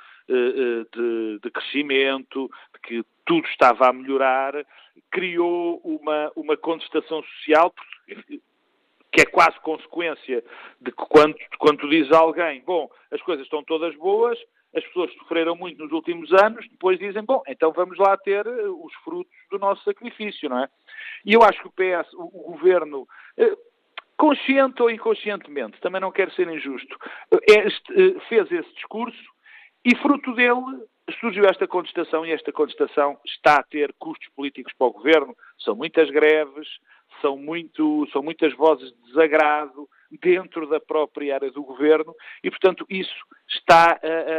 de crescimento, de que tudo estava a melhorar, criou uma contestação social, que é quase consequência de que quando tu dizes a alguém, bom, as coisas estão todas boas, as pessoas sofreram muito nos últimos anos, depois dizem, bom, então vamos lá ter os frutos do nosso sacrifício, não é? E eu acho que o governo, consciente ou inconscientemente, também não quero ser injusto, fez esse discurso e fruto dele surgiu esta contestação, e esta contestação está a ter custos políticos para o governo. São muitas greves, são muitas vozes de desagrado dentro da própria área do governo e, portanto, isso está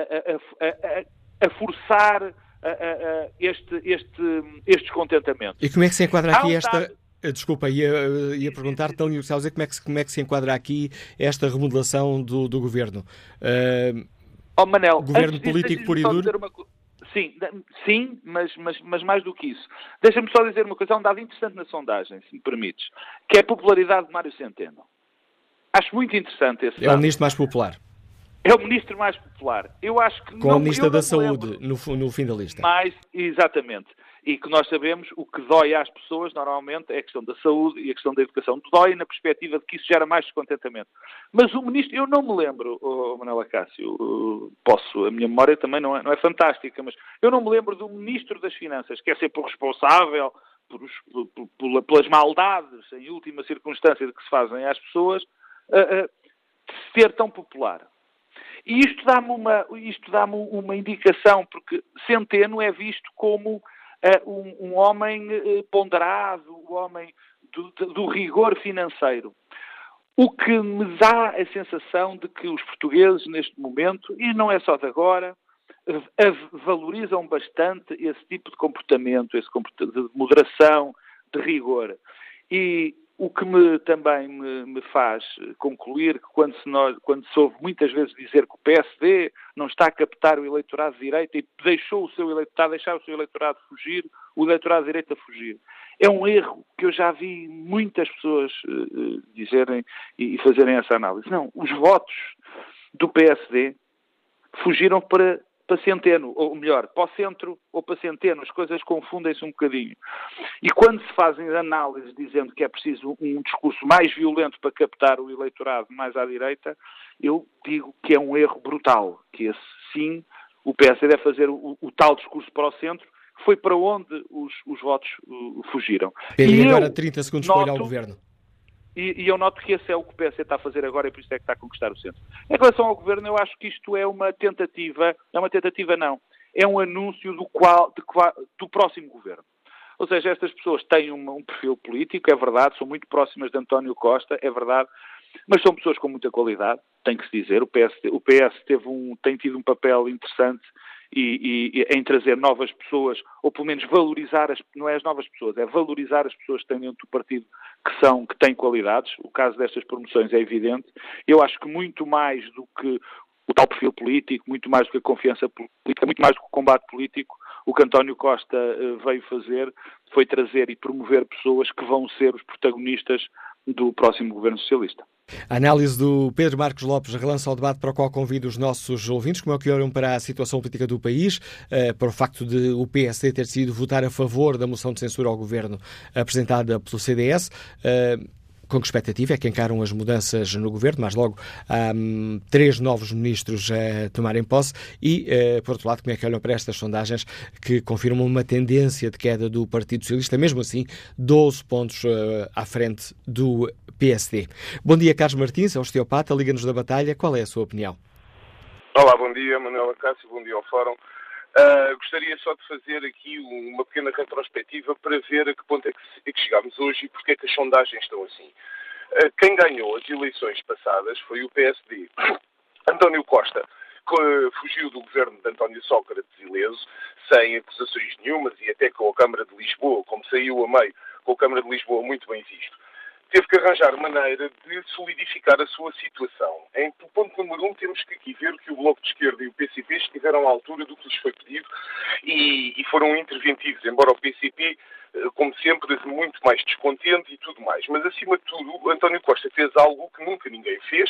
a forçar este descontentamento. E como é que se enquadra aqui esta... Desculpa, ia perguntar, então, como é que se enquadra aqui esta remodelação do governo? Manel, governo político puro e duro? Sim, mas mais do que isso. Deixa-me só dizer uma coisa, há um dado interessante na sondagem, se me permites, que é a popularidade de Mário Centeno. Acho muito interessante esse dado. É o ministro mais popular. É o ministro mais popular. Eu acho que com a ministra da Saúde no fim da lista. Exatamente. E que nós sabemos o que dói às pessoas, normalmente, é a questão da saúde e a questão da educação. Dói na perspectiva de que isso gera mais descontentamento. Mas o ministro, eu não me lembro, Manuela Cássio, a minha memória também não é fantástica, mas eu não me lembro do ministro das Finanças, que é sempre o responsável pelas maldades, em última circunstância, de que se fazem às pessoas, de ser tão popular. E isto dá-me uma indicação, porque Centeno é visto como um homem ponderado, um homem do rigor financeiro. O que me dá a sensação de que os portugueses, neste momento, e não é só de agora, valorizam bastante esse tipo de comportamento, de moderação, de rigor. E o que também me faz concluir que quando se ouve muitas vezes dizer que o PSD não está a captar o eleitorado de direita e está a deixar o seu eleitorado fugir, o eleitorado de direita fugir. É um erro que eu já vi muitas pessoas dizerem e fazerem essa análise. Não, os votos do PSD fugiram para Centeno, ou melhor, para o centro ou para Centeno, as coisas confundem-se um bocadinho. E quando se fazem análises dizendo que é preciso um discurso mais violento para captar o eleitorado mais à direita, eu digo que é um erro brutal, que esse sim, o PSD deve fazer o tal discurso para o centro, foi para onde os votos fugiram. Pedro, e agora 30 segundos para ir ao Governo. E eu noto que esse é o que o PS está a fazer agora e por isso é que está a conquistar o centro. Em relação ao Governo, eu acho que isto é uma tentativa não, é um anúncio do próximo Governo. Ou seja, estas pessoas têm um perfil político, é verdade, são muito próximas de António Costa, é verdade, mas são pessoas com muita qualidade, tem que se dizer. O PS tem tido um papel interessante e em trazer novas pessoas, ou pelo menos valorizar, não é as novas pessoas, é valorizar as pessoas que têm dentro do partido que têm qualidades. O caso destas promoções é evidente. Eu acho que muito mais do que o tal perfil político, muito mais do que a confiança política, muito mais do que o combate político, o que António Costa veio fazer foi trazer e promover pessoas que vão ser os protagonistas do próximo Governo Socialista. A análise do Pedro Marcos Lopes relança o debate para o qual convido os nossos ouvintes, como é que olham para a situação política do país, para o facto de o PSD ter decidido votar a favor da moção de censura ao Governo apresentada pelo CDS. Com que expectativa é que encaram as mudanças no Governo, mas logo há 3 novos ministros a tomarem posse e, por outro lado, como é que olham para estas sondagens que confirmam uma tendência de queda do Partido Socialista, mesmo assim 12 pontos à frente do PSD. Bom dia, Carlos Martins, é um osteopata, Liga-nos da Batalha, qual é a sua opinião? Olá, bom dia, Manuela Cássio, bom dia ao Fórum. Gostaria só de fazer aqui uma pequena retrospectiva para ver a que ponto é que chegámos hoje e porque é que as sondagens estão assim. Quem ganhou as eleições passadas foi o PSD. António Costa fugiu do governo de António Sócrates ileso, sem acusações nenhumas e até com a Câmara de Lisboa, como saiu a meio, com a Câmara de Lisboa muito bem visto. Teve que arranjar maneira de solidificar a sua situação. Em ponto número 1, temos que aqui ver que o Bloco de Esquerda e o PCP estiveram à altura do que lhes foi pedido e foram interventivos, embora o PCP, como sempre, muito mais descontente e tudo mais. Mas, acima de tudo, o António Costa fez algo que nunca ninguém fez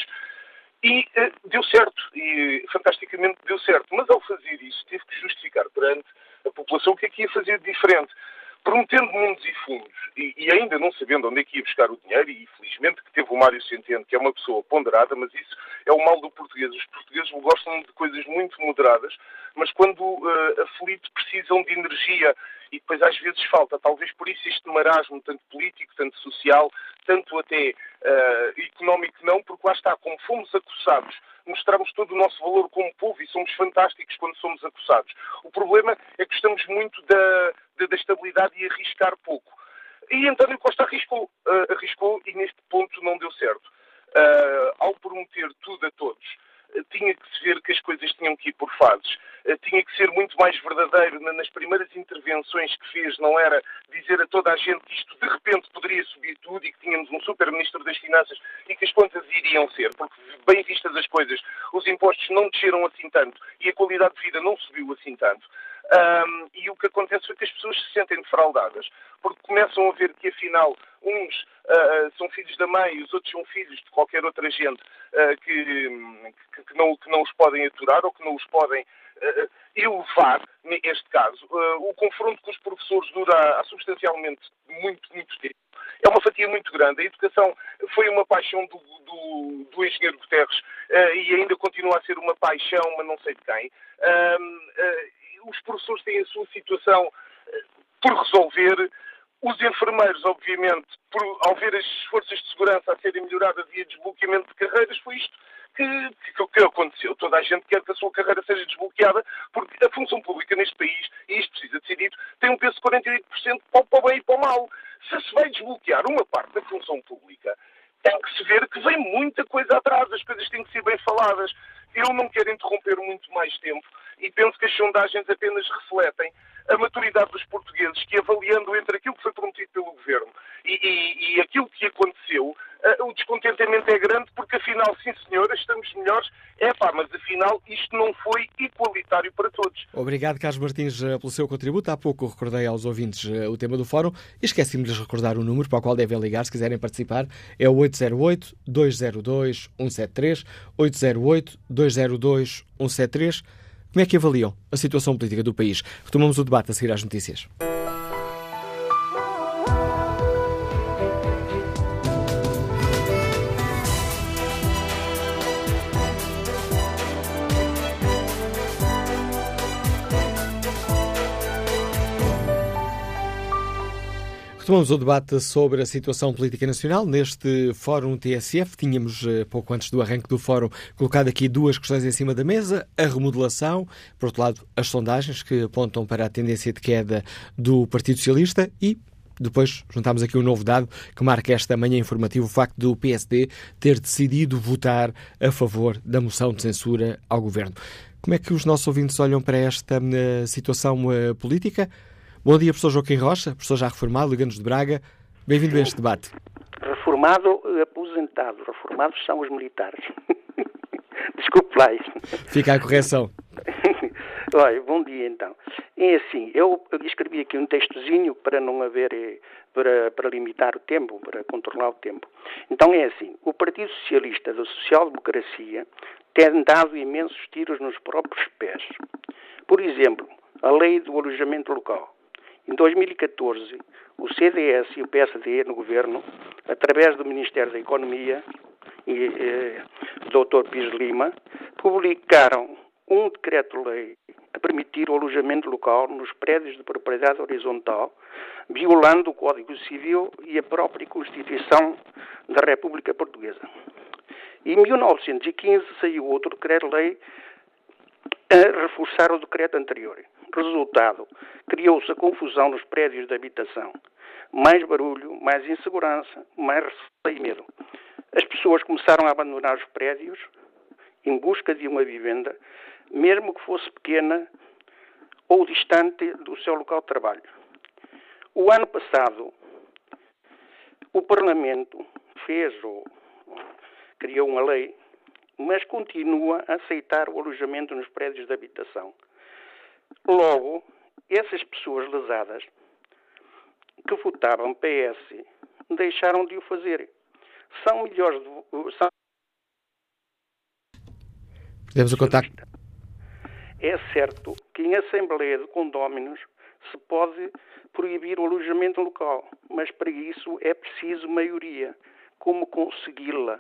e deu certo. E, fantasticamente, deu certo. Mas, ao fazer isso, teve que justificar perante a população o que é que ia fazer de diferente. Prometendo mundos e fundos e ainda não sabendo onde é que ia buscar o dinheiro, e felizmente que teve o Mário Centeno, que é uma pessoa ponderada, mas isso é o mal do português. Os portugueses gostam de coisas muito moderadas, mas quando aflitos precisam de energia e depois às vezes falta. Talvez por isso este marasmo, tanto político, tanto social, tanto até económico não, porque lá está, como fomos acossados, mostramos todo o nosso valor como povo e somos fantásticos quando somos acossados. O problema é que gostamos muito da estabilidade e arriscar pouco. E António Costa arriscou e neste ponto não deu certo. Ao prometer tudo a todos, tinha que se ver que as coisas tinham que ir por fases. Tinha que ser muito mais verdadeiro. Nas primeiras intervenções que fez, não era dizer a toda a gente que isto de repente poderia subir tudo e que tínhamos um super-ministro das Finanças e que as contas iriam ser, porque bem vistas as coisas, os impostos não desceram assim tanto e a qualidade de vida não subiu assim tanto. E o que acontece é que as pessoas se sentem defraudadas, porque começam a ver que afinal uns são filhos da mãe e os outros são filhos de qualquer outra gente que não os podem aturar ou que não os podem elevar, neste caso. O confronto com os professores dura substancialmente muito tempo. É uma fatia muito grande. A educação foi uma paixão do engenheiro Guterres e ainda continua a ser uma paixão, mas não sei de quem. Os professores têm a sua situação por resolver. Os enfermeiros, obviamente, ao ver as forças de segurança a serem melhoradas e a desbloqueamento de carreiras, foi isto que aconteceu. Toda a gente quer que a sua carreira seja desbloqueada, porque a função pública neste país, e isto precisa de ser dito, tem um peso de 48% para o bem e para o mal. Se vai desbloquear uma parte da função pública, tem que se ver que vem muita coisa atrás, as coisas têm que ser bem faladas. Eu não quero interromper muito mais tempo e penso que as sondagens apenas refletem a maturidade dos portugueses, que avaliando entre aquilo que foi prometido pelo Governo e aquilo que aconteceu, o descontentamento é grande porque afinal, sim senhora, estamos melhores, mas afinal isto não foi igualitário para todos. Obrigado, Carlos Martins, pelo seu contributo. Há pouco recordei aos ouvintes o tema do fórum e esqueci-me de lhes recordar o número para o qual devem ligar se quiserem participar. É o 808-202-173, 808-202-173. Como é que avaliam a situação política do país? Retomamos o debate a seguir às notícias. Retomamos o debate sobre a situação política nacional. Neste Fórum TSF, tínhamos, pouco antes do arranque do Fórum, colocado aqui duas questões em cima da mesa. A remodelação, por outro lado, as sondagens que apontam para a tendência de queda do Partido Socialista e depois juntámos aqui um novo dado que marca esta manhã informativa, o facto do PSD ter decidido votar a favor da moção de censura ao Governo. Como é que os nossos ouvintes olham para esta situação política? Bom dia, professor Joaquim Rocha, professor já reformado, Liga-nos de Braga. Bem-vindo a este debate. Reformado, aposentado. Reformados são os militares. Desculpe lá isso. Fica a correção. Olha, bom dia então. É assim, eu escrevi aqui um textozinho para não haver, para limitar o tempo, para contornar o tempo. Então é assim, o Partido Socialista da Social-Democracia tem dado imensos tiros nos próprios pés. Por exemplo, a lei do alojamento local. Em 2014, o CDS e o PSD no governo, através do Ministério da Economia e do Dr. Pires Lima, publicaram um decreto-lei a permitir o alojamento local nos prédios de propriedade horizontal, violando o Código Civil e a própria Constituição da República Portuguesa. Em 1915 saiu outro decreto-lei a reforçar o decreto anterior. Resultado, criou-se a confusão nos prédios de habitação. Mais barulho, mais insegurança, mais receio e medo. As pessoas começaram a abandonar os prédios em busca de uma vivenda, mesmo que fosse pequena ou distante do seu local de trabalho. O ano passado, o Parlamento criou uma lei, mas continua a aceitar o alojamento nos prédios de habitação. Logo, essas pessoas lesadas que votavam PS deixaram de o fazer. São milhões de... Perdemos o contacto. É certo que em Assembleia de Condóminos se pode proibir o alojamento local, mas para isso é preciso maioria. Como consegui-la?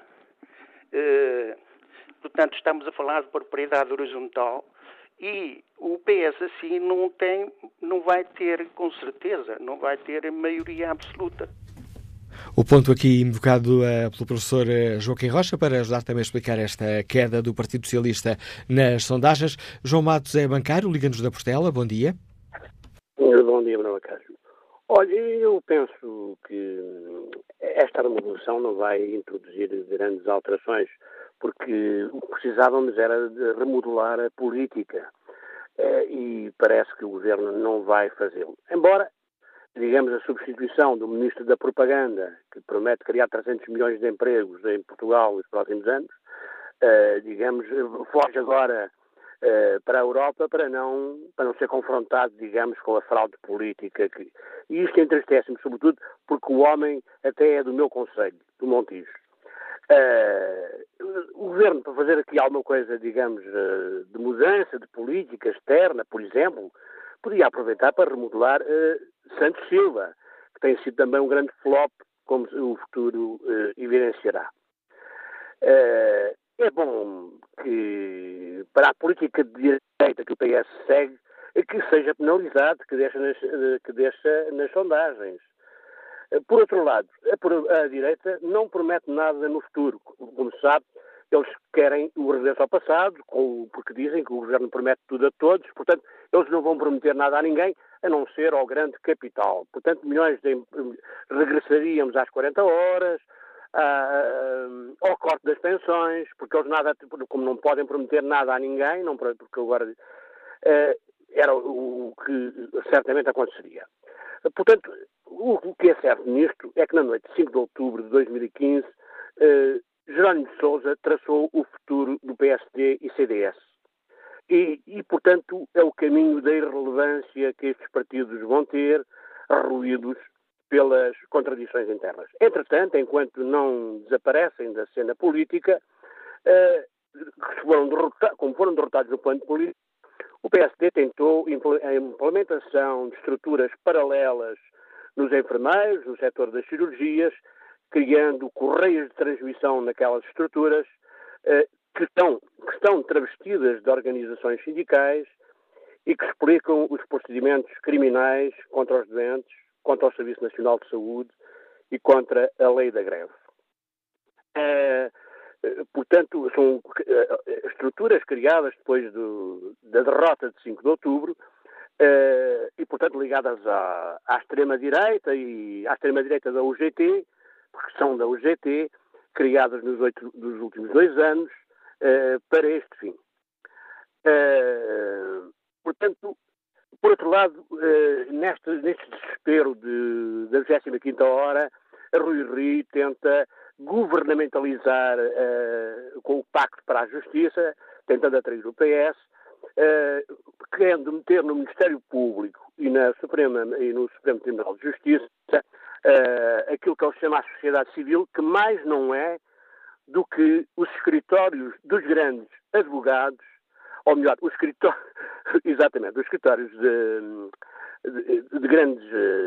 Portanto, estamos a falar de propriedade horizontal e o PS assim não vai ter, com certeza, não vai ter maioria absoluta. O ponto aqui invocado pelo professor Joaquim Rocha para ajudar também a explicar esta queda do Partido Socialista nas sondagens. João Matos é bancário, Liga-nos da Portela. Bom dia. Bom dia, Manuel Cássio. Olha, eu penso que esta remodelação não vai introduzir grandes alterações, porque o que precisávamos era de remodelar a política e parece que o Governo não vai fazê-lo. Embora, digamos, a substituição do Ministro da Propaganda, que promete criar 300 milhões de empregos em Portugal nos próximos anos, digamos, foge agora para a Europa para não ser confrontado, digamos, com a fraude política. E isto entristece-me, sobretudo, porque o homem até é do meu concelho, do Montijo. O Governo, para fazer aqui alguma coisa, digamos, de mudança de política externa, por exemplo, podia aproveitar para remodelar Santos Silva, que tem sido também um grande flop, como o futuro evidenciará. É bom que, para a política de direita que o PS segue, que seja penalizado, que deixa nas sondagens. Por outro lado, a direita não promete nada no futuro. Como se sabe, eles querem o regresso ao passado, porque dizem que o governo promete tudo a todos, portanto, eles não vão prometer nada a ninguém, a não ser ao grande capital. Portanto, regressaríamos às 40 horas, ao corte das pensões, porque eles como não podem prometer nada a ninguém, porque agora era o que certamente aconteceria. Portanto, o que é certo nisto é que na noite de 5 de outubro de 2015, Jerónimo de Sousa traçou o futuro do PSD e CDS. E, portanto, é o caminho da irrelevância que estes partidos vão ter, ruídos pelas contradições internas. Entretanto, enquanto não desaparecem da cena política, como foram derrotados no plano político, o PSD tentou a implementação de estruturas paralelas nos enfermeiros, no setor das cirurgias, criando correias de transmissão naquelas estruturas que estão travestidas de organizações sindicais e que explicam os procedimentos criminais contra os doentes, contra o Serviço Nacional de Saúde e contra a lei da greve. Portanto, são estruturas criadas depois da derrota de 5 de outubro e, portanto, ligadas à extrema-direita e à extrema-direita da UGT, porque são da UGT, criadas nos últimos 2 anos para este fim. Portanto, por outro lado, neste desespero da 25ª hora, a Rui Rio tenta governamentalizar com o Pacto para a Justiça, tentando atrair o PS, querendo meter no Ministério Público e no Supremo Tribunal de Justiça aquilo que ele chama a sociedade civil, que mais não é do que os escritórios dos grandes advogados, ou melhor, os escritórios de grandes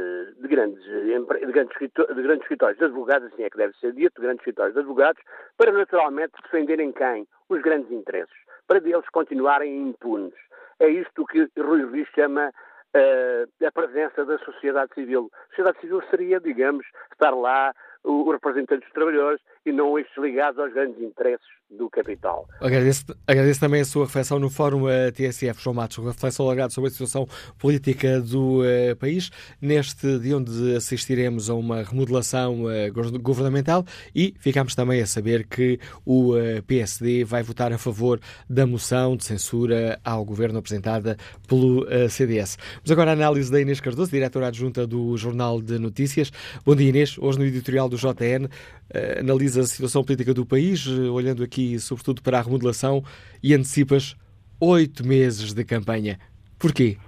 escritórios de advogados, assim é que deve ser dito, de grandes escritórios de advogados, para naturalmente defenderem quem? Os grandes interesses, para eles continuarem impunes. É isto que Rui Rio chama a presença da sociedade civil. A sociedade civil seria, digamos, estar lá o representante dos trabalhadores e não estes ligados aos grandes interesses do capital. Agradeço também a sua reflexão no Fórum TSF, João Matos, reflexão alargada sobre a situação política do país, neste dia onde assistiremos a uma remodelação governamental e ficamos também a saber que o PSD vai votar a favor da moção de censura ao governo apresentada pelo CDS. Vamos agora à análise da Inês Cardoso, diretora adjunta do Jornal de Notícias. Bom dia, Inês. Hoje no editorial do JN analisa a situação política do país, olhando aqui sobretudo para a remodelação, e antecipas 8 meses de campanha. Porquê?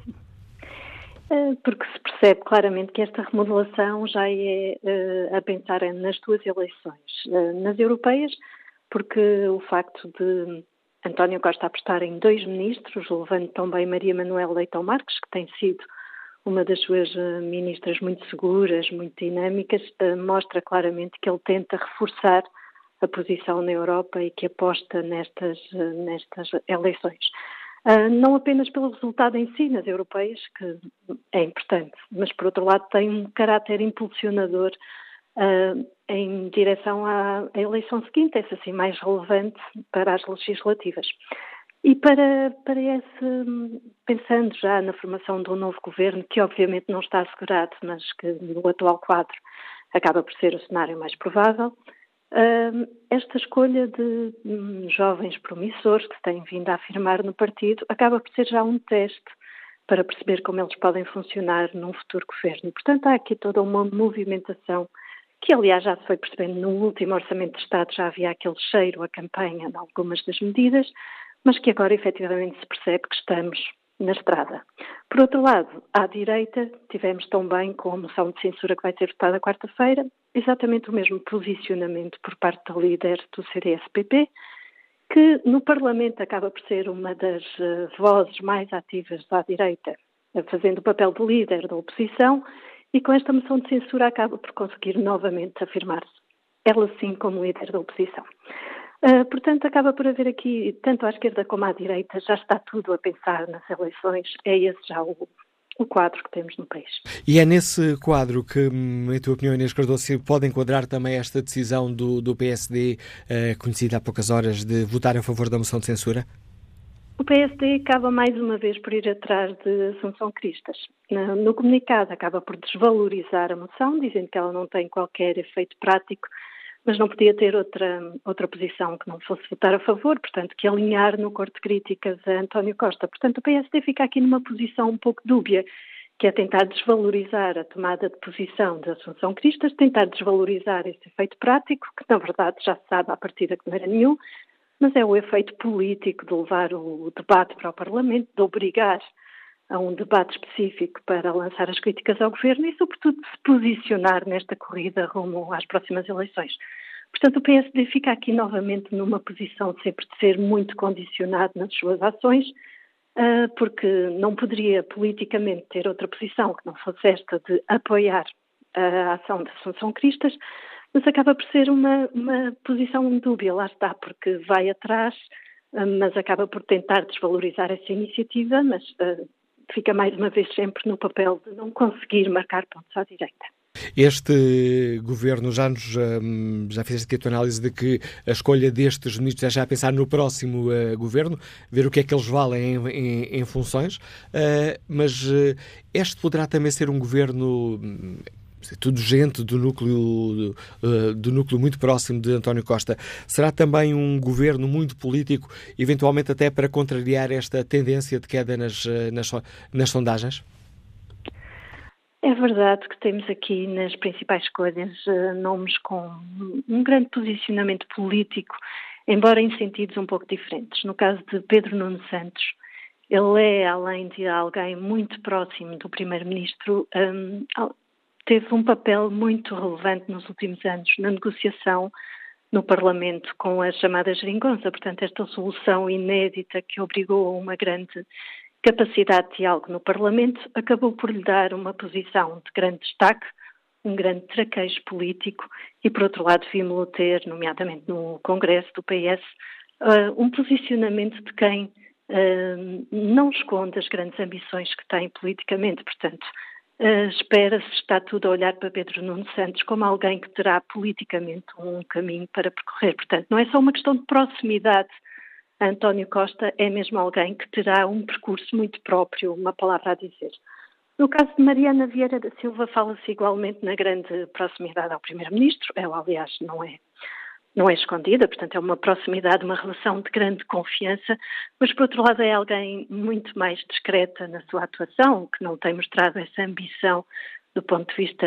Porque se percebe claramente que esta remodelação já é a pensar nas 2 eleições. Nas europeias, porque o facto de António Costa apostar em 2 ministros, levando também Maria Manuela Leitão Marques, que tem sido uma das suas ministras muito seguras, muito dinâmicas, mostra claramente que ele tenta reforçar a posição na Europa e que aposta nestas eleições. Não apenas pelo resultado em si nas europeias, que é importante, mas por outro lado tem um caráter impulsionador em direção à eleição seguinte, essa sim mais relevante para as legislativas. E para pensando já na formação de um novo governo, que obviamente não está assegurado, mas que no atual quadro acaba por ser o cenário mais provável, esta escolha de jovens promissores que se têm vindo a afirmar no partido acaba por ser já um teste para perceber como eles podem funcionar num futuro governo. E, portanto, há aqui toda uma movimentação que, aliás, já se foi percebendo no último Orçamento de Estado, já havia aquele cheiro à campanha de algumas das medidas, mas que agora efetivamente se percebe que estamos na estrada. Por outro lado, à direita, tivemos também com a moção de censura que vai ser votada quarta-feira, exatamente o mesmo posicionamento por parte da líder do CDS-PP, que no Parlamento acaba por ser uma das vozes mais ativas da direita, fazendo o papel de líder da oposição, e com esta moção de censura acaba por conseguir novamente afirmar-se, ela sim como líder da oposição. Portanto, acaba por haver aqui, tanto à esquerda como à direita, já está tudo a pensar nas eleições, é esse já o quadro que temos no país. E é nesse quadro que, em tua opinião, Inês Cardoso, se pode enquadrar também esta decisão do PSD, conhecida há poucas horas, de votar a favor da moção de censura? O PSD acaba mais uma vez por ir atrás de Assunção Cristas. No comunicado acaba por desvalorizar a moção, dizendo que ela não tem qualquer efeito prático, mas não podia ter outra posição que não fosse votar a favor, portanto, que alinhar no corte de críticas a António Costa. Portanto, o PSD fica aqui numa posição um pouco dúbia, que é tentar desvalorizar a tomada de posição de Assunção Cristas, tentar desvalorizar esse efeito prático, que na verdade já se sabe à partida que não era nenhum, mas é o efeito político de levar o debate para o Parlamento, de obrigar a um debate específico para lançar as críticas ao Governo e, sobretudo, de se posicionar nesta corrida rumo às próximas eleições. Portanto, o PSD fica aqui novamente numa posição sempre de ser muito condicionado nas suas ações, porque não poderia politicamente ter outra posição que não fosse esta de apoiar a ação de Assunção Cristas, mas acaba por ser uma posição dúbia, lá está, porque vai atrás, mas acaba por tentar desvalorizar essa iniciativa, mas fica mais uma vez sempre no papel de não conseguir marcar pontos à direita. Este governo já fez aqui a tua análise de que a escolha destes ministros é já a pensar no próximo governo, ver o que é que eles valem em funções, mas este poderá também ser um governo tudo gente do núcleo muito próximo de António Costa. Será também um governo muito político, eventualmente até para contrariar esta tendência de queda nas sondagens? É verdade que temos aqui nas principais escolhas nomes com um grande posicionamento político, embora em sentidos um pouco diferentes. No caso de Pedro Nuno Santos, ele é, além de alguém muito próximo do Primeiro-Ministro, teve um papel muito relevante nos últimos anos na negociação no Parlamento com a chamada geringonça. Portanto, esta solução inédita que obrigou a uma grande capacidade de diálogo no Parlamento acabou por lhe dar uma posição de grande destaque, um grande traquejo político e, por outro lado, vimos-lo ter, nomeadamente no Congresso do PS, um posicionamento de quem não esconde as grandes ambições que tem politicamente. Portanto, espera-se, está tudo a olhar para Pedro Nuno Santos como alguém que terá politicamente um caminho para percorrer. Portanto, não é só uma questão de proximidade a António Costa, é mesmo alguém que terá um percurso muito próprio, uma palavra a dizer. No caso de Mariana Vieira da Silva, fala-se igualmente na grande proximidade ao Primeiro-Ministro. Ela, aliás, não é escondida, portanto é uma proximidade, uma relação de grande confiança, mas por outro lado é alguém muito mais discreta na sua atuação, que não tem mostrado essa ambição do ponto de vista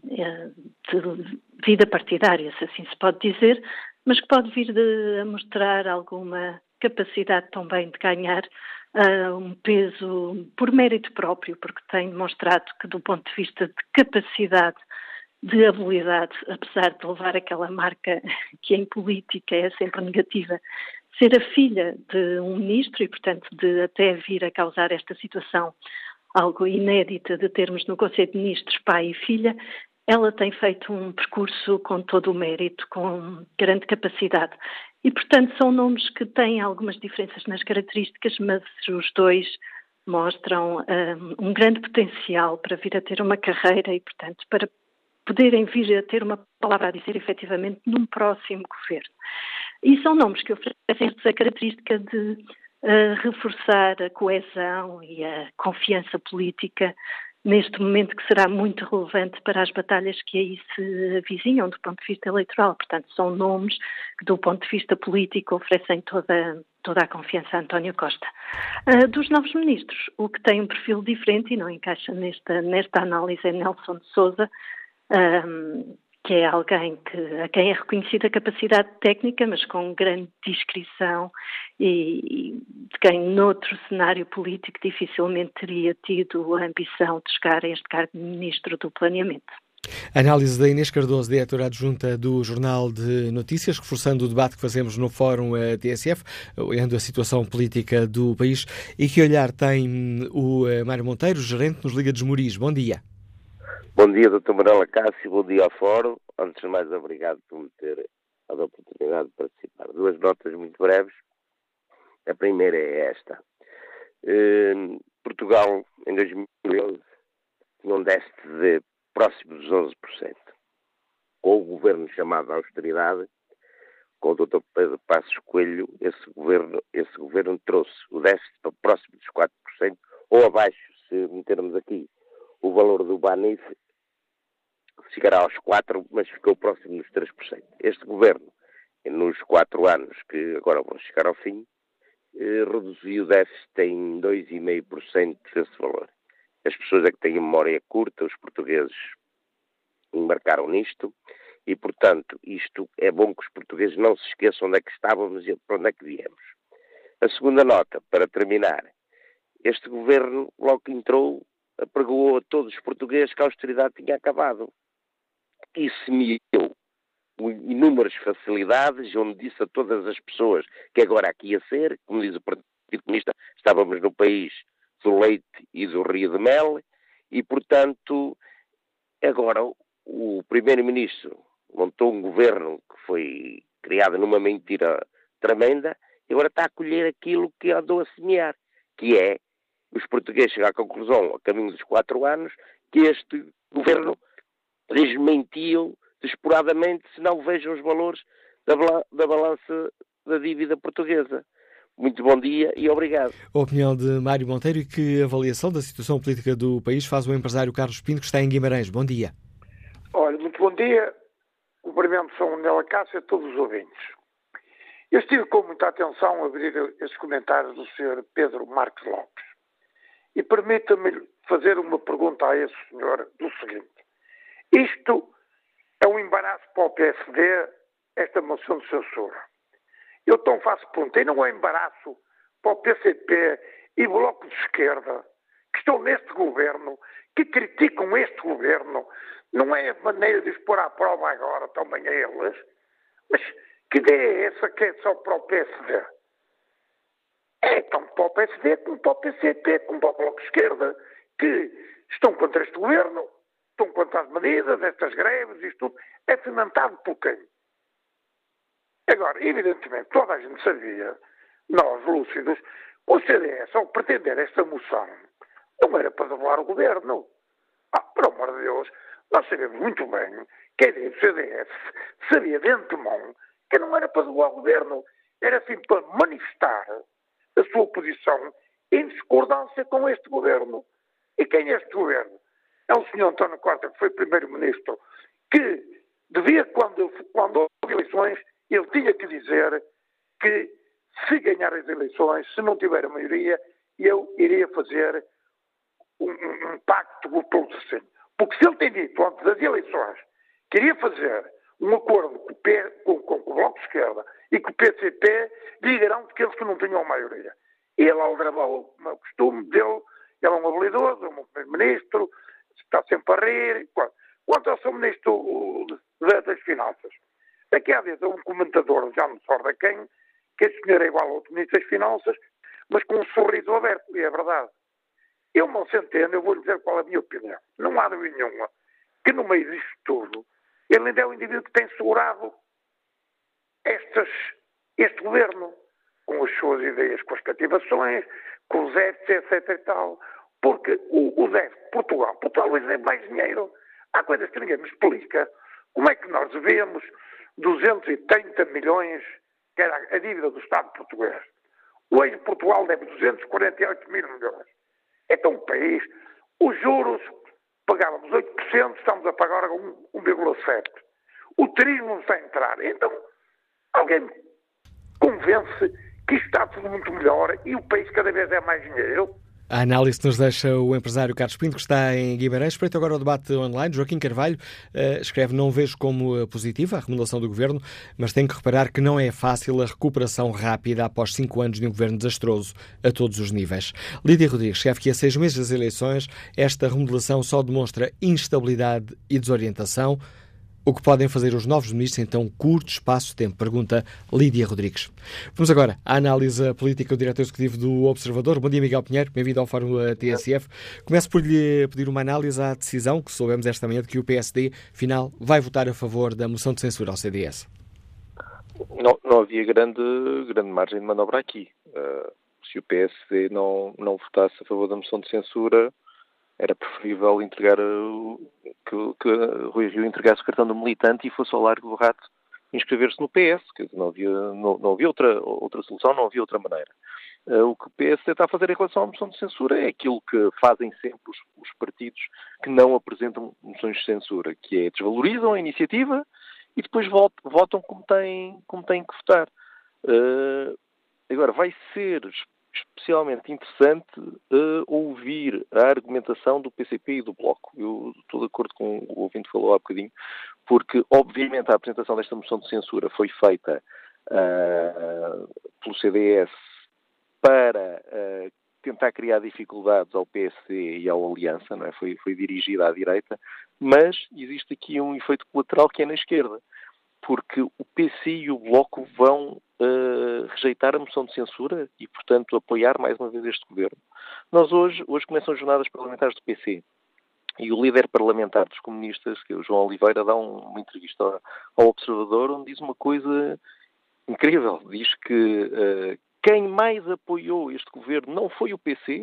de vida partidária, se assim se pode dizer, mas que pode vir a mostrar alguma capacidade também de ganhar um peso por mérito próprio, porque tem demonstrado que do ponto de vista de capacidade, de habilidade, apesar de levar aquela marca que em política é sempre negativa, ser a filha de um ministro e, portanto, de até vir a causar esta situação algo inédita de termos no Conselho de Ministros pai e filha, ela tem feito um percurso com todo o mérito, com grande capacidade. E, portanto, são nomes que têm algumas diferenças nas características, mas os dois mostram um grande potencial para vir a ter uma carreira e, portanto, para poderem vir a ter uma palavra a dizer efetivamente num próximo governo. E são nomes que oferecem a característica de reforçar a coesão e a confiança política neste momento que será muito relevante para as batalhas que aí se avizinham do ponto de vista eleitoral. Portanto, são nomes que do ponto de vista político oferecem toda a confiança a António Costa. Dos novos ministros, o que tem um perfil diferente e não encaixa nesta análise é Nelson de Sousa, que é alguém a quem é reconhecida a capacidade técnica, mas com grande discrição e de quem, noutro cenário político, dificilmente teria tido a ambição de chegar a este cargo de Ministro do Planeamento. Análise da Inês Cardoso, diretora adjunta do Jornal de Notícias, reforçando o debate que fazemos no Fórum TSF, olhando a situação política do país. E que olhar tem o Mário Monteiro, gerente nos Liga dos Moris. Bom dia. Bom dia, Dr. Manuel Acácio, bom dia ao Fórum. Antes de mais, obrigado por me ter dado a oportunidade de participar. Duas notas muito breves. A primeira é esta. Portugal, em 2011, tinha um déficit de próximo dos 11%. Com o governo chamado austeridade, com o Dr. Pedro Passos Coelho, esse governo trouxe o déficit para próximo dos 4%, ou abaixo, se metermos aqui o valor do BANIF, chegará aos 4%, mas ficou próximo dos 3%. Este governo, nos 4 anos que agora vão chegar ao fim, reduziu o déficit em 2,5% desse valor. As pessoas é que têm memória curta, os portugueses embarcaram nisto, e, portanto, isto é bom que os portugueses não se esqueçam onde é que estávamos e para onde é que viemos. A segunda nota, para terminar, este governo, logo que entrou, apregoou a todos os portugueses que a austeridade tinha acabado. E semeou inúmeras facilidades, onde disse a todas as pessoas que agora aqui ia ser, como diz o Partido Comunista, estávamos no país do leite e do rio de mel, e, portanto, agora o Primeiro-Ministro montou um governo que foi criado numa mentira tremenda e agora está a colher aquilo que andou a semear, que é os portugueses chegar à conclusão, a caminho dos 4 anos, que este governo desmentiu desesperadamente, se não vejam os valores da balança da dívida portuguesa. Muito bom dia e obrigado. A opinião de Mário Monteiro. E que avaliação da situação política do país faz o empresário Carlos Pinto, que está em Guimarães? Bom dia. Olha, muito bom dia. Cumprimento São Manuel Acácio e a todos os ouvintes. Eu estive com muita atenção a abrir estes comentários do Sr. Pedro Marques Lopes. E permita-me fazer uma pergunta a esse senhor do seguinte. Isto é um embaraço para o PSD, esta moção de censura. Eu então faço pergunta, e não é embaraço para o PCP e Bloco de Esquerda, que estão neste governo, que criticam este governo, não é a maneira de os pôr à prova agora, também a eles? Mas que ideia é essa que é só para o PSD? É tanto para o PSD como para o PCP, como para o Bloco de Esquerda, que estão contra este governo, estão contra as medidas, estas greves, isto tudo. É fomentado por quem? Agora, evidentemente, toda a gente sabia, nós lúcidos, o CDS, ao pretender esta moção, não era para dobrar o governo. Por amor de Deus, nós sabemos muito bem que a ideia do CDS sabia de antemão que não era para dobrar o governo, era assim para manifestar a sua posição em discordância com este governo. E quem é este governo? É o Sr. António Costa, que foi Primeiro-Ministro, que devia, quando houve eleições, ele tinha que dizer que se ganhar as eleições, se não tiver a maioria, eu iria fazer um pacto com todos assim. Porque se ele tem dito antes das eleições que iria fazer um acordo com o Bloco de Esquerda e com o PCP, dirão que eles que não tinham a maioria. Ele aldrabou o costume dele, ele é um habilidoso, é um primeiro-ministro, está sempre a rir. Quanto ao seu ministro das Finanças, daqui há dias um comentador, já não se recorda quem, que esse senhor é igual ao outro ministro das Finanças, mas com um sorriso aberto, e é verdade. Eu não se entendo, eu vou-lhe dizer qual é a minha opinião. Não há dúvida nenhuma que no meio disto tudo, ele ainda é o indivíduo que tem segurado este governo, com as suas ideias, com as cativações, com os déficits, etc e tal. Porque o déficit, Portugal vai dizer mais dinheiro. Há coisas que ninguém me explica. Como é que nós devemos 230 milhões, que era a dívida do Estado português? Hoje Portugal deve 248 mil milhões. Então o país, os juros, pagávamos 8%, estamos a pagar agora 1,7%. O turismo não está a entrar. Então, alguém me convence que isto está tudo muito melhor e o país cada vez é mais dinheiro. A análise que nos deixa o empresário Carlos Pinto, que está em Guimarães. Espreito agora o debate online. Joaquim Carvalho escreve: não vejo como positiva a remodelação do governo, mas tenho que reparar que não é fácil a recuperação rápida após 5 anos de um governo desastroso a todos os níveis. Lídia Rodrigues escreve que a 6 meses das eleições esta remodelação só demonstra instabilidade e desorientação. O que podem fazer os novos ministros em tão curto espaço de tempo? Pergunta Lídia Rodrigues. Vamos agora à análise política do diretor executivo do Observador. Bom dia, Miguel Pinheiro. Bem-vindo ao Fórum TSF. Começo por lhe pedir uma análise à decisão que soubemos esta manhã de que o PSD, afinal, vai votar a favor da moção de censura ao CDS. Não havia grande margem de manobra aqui. se o PSD não votasse a favor da moção de censura, era preferível entregar que Rui Rio entregasse o cartão do militante e fosse ao Largo do Rato inscrever-se no PS, que não havia outra solução, não havia outra maneira. O que o PSD está a fazer em relação à moção de censura é aquilo que fazem sempre os partidos que não apresentam moções de censura, que é desvalorizam a iniciativa e depois votam como têm que votar. Agora, vai ser especialmente interessante ouvir a argumentação do PCP e do Bloco. Eu estou de acordo com o ouvinte que falou há bocadinho, porque, obviamente, a apresentação desta moção de censura foi feita pelo CDS para tentar criar dificuldades ao PSD e à Aliança, não é? Foi dirigida à direita, mas existe aqui um efeito colateral que é na esquerda, porque o PC e o Bloco vão rejeitar a moção de censura e, portanto, apoiar mais uma vez este governo. Nós hoje começam as jornadas parlamentares do PC e o líder parlamentar dos comunistas, que é o João Oliveira, dá uma entrevista ao Observador onde diz uma coisa incrível. Diz que quem mais apoiou este governo não foi o PC,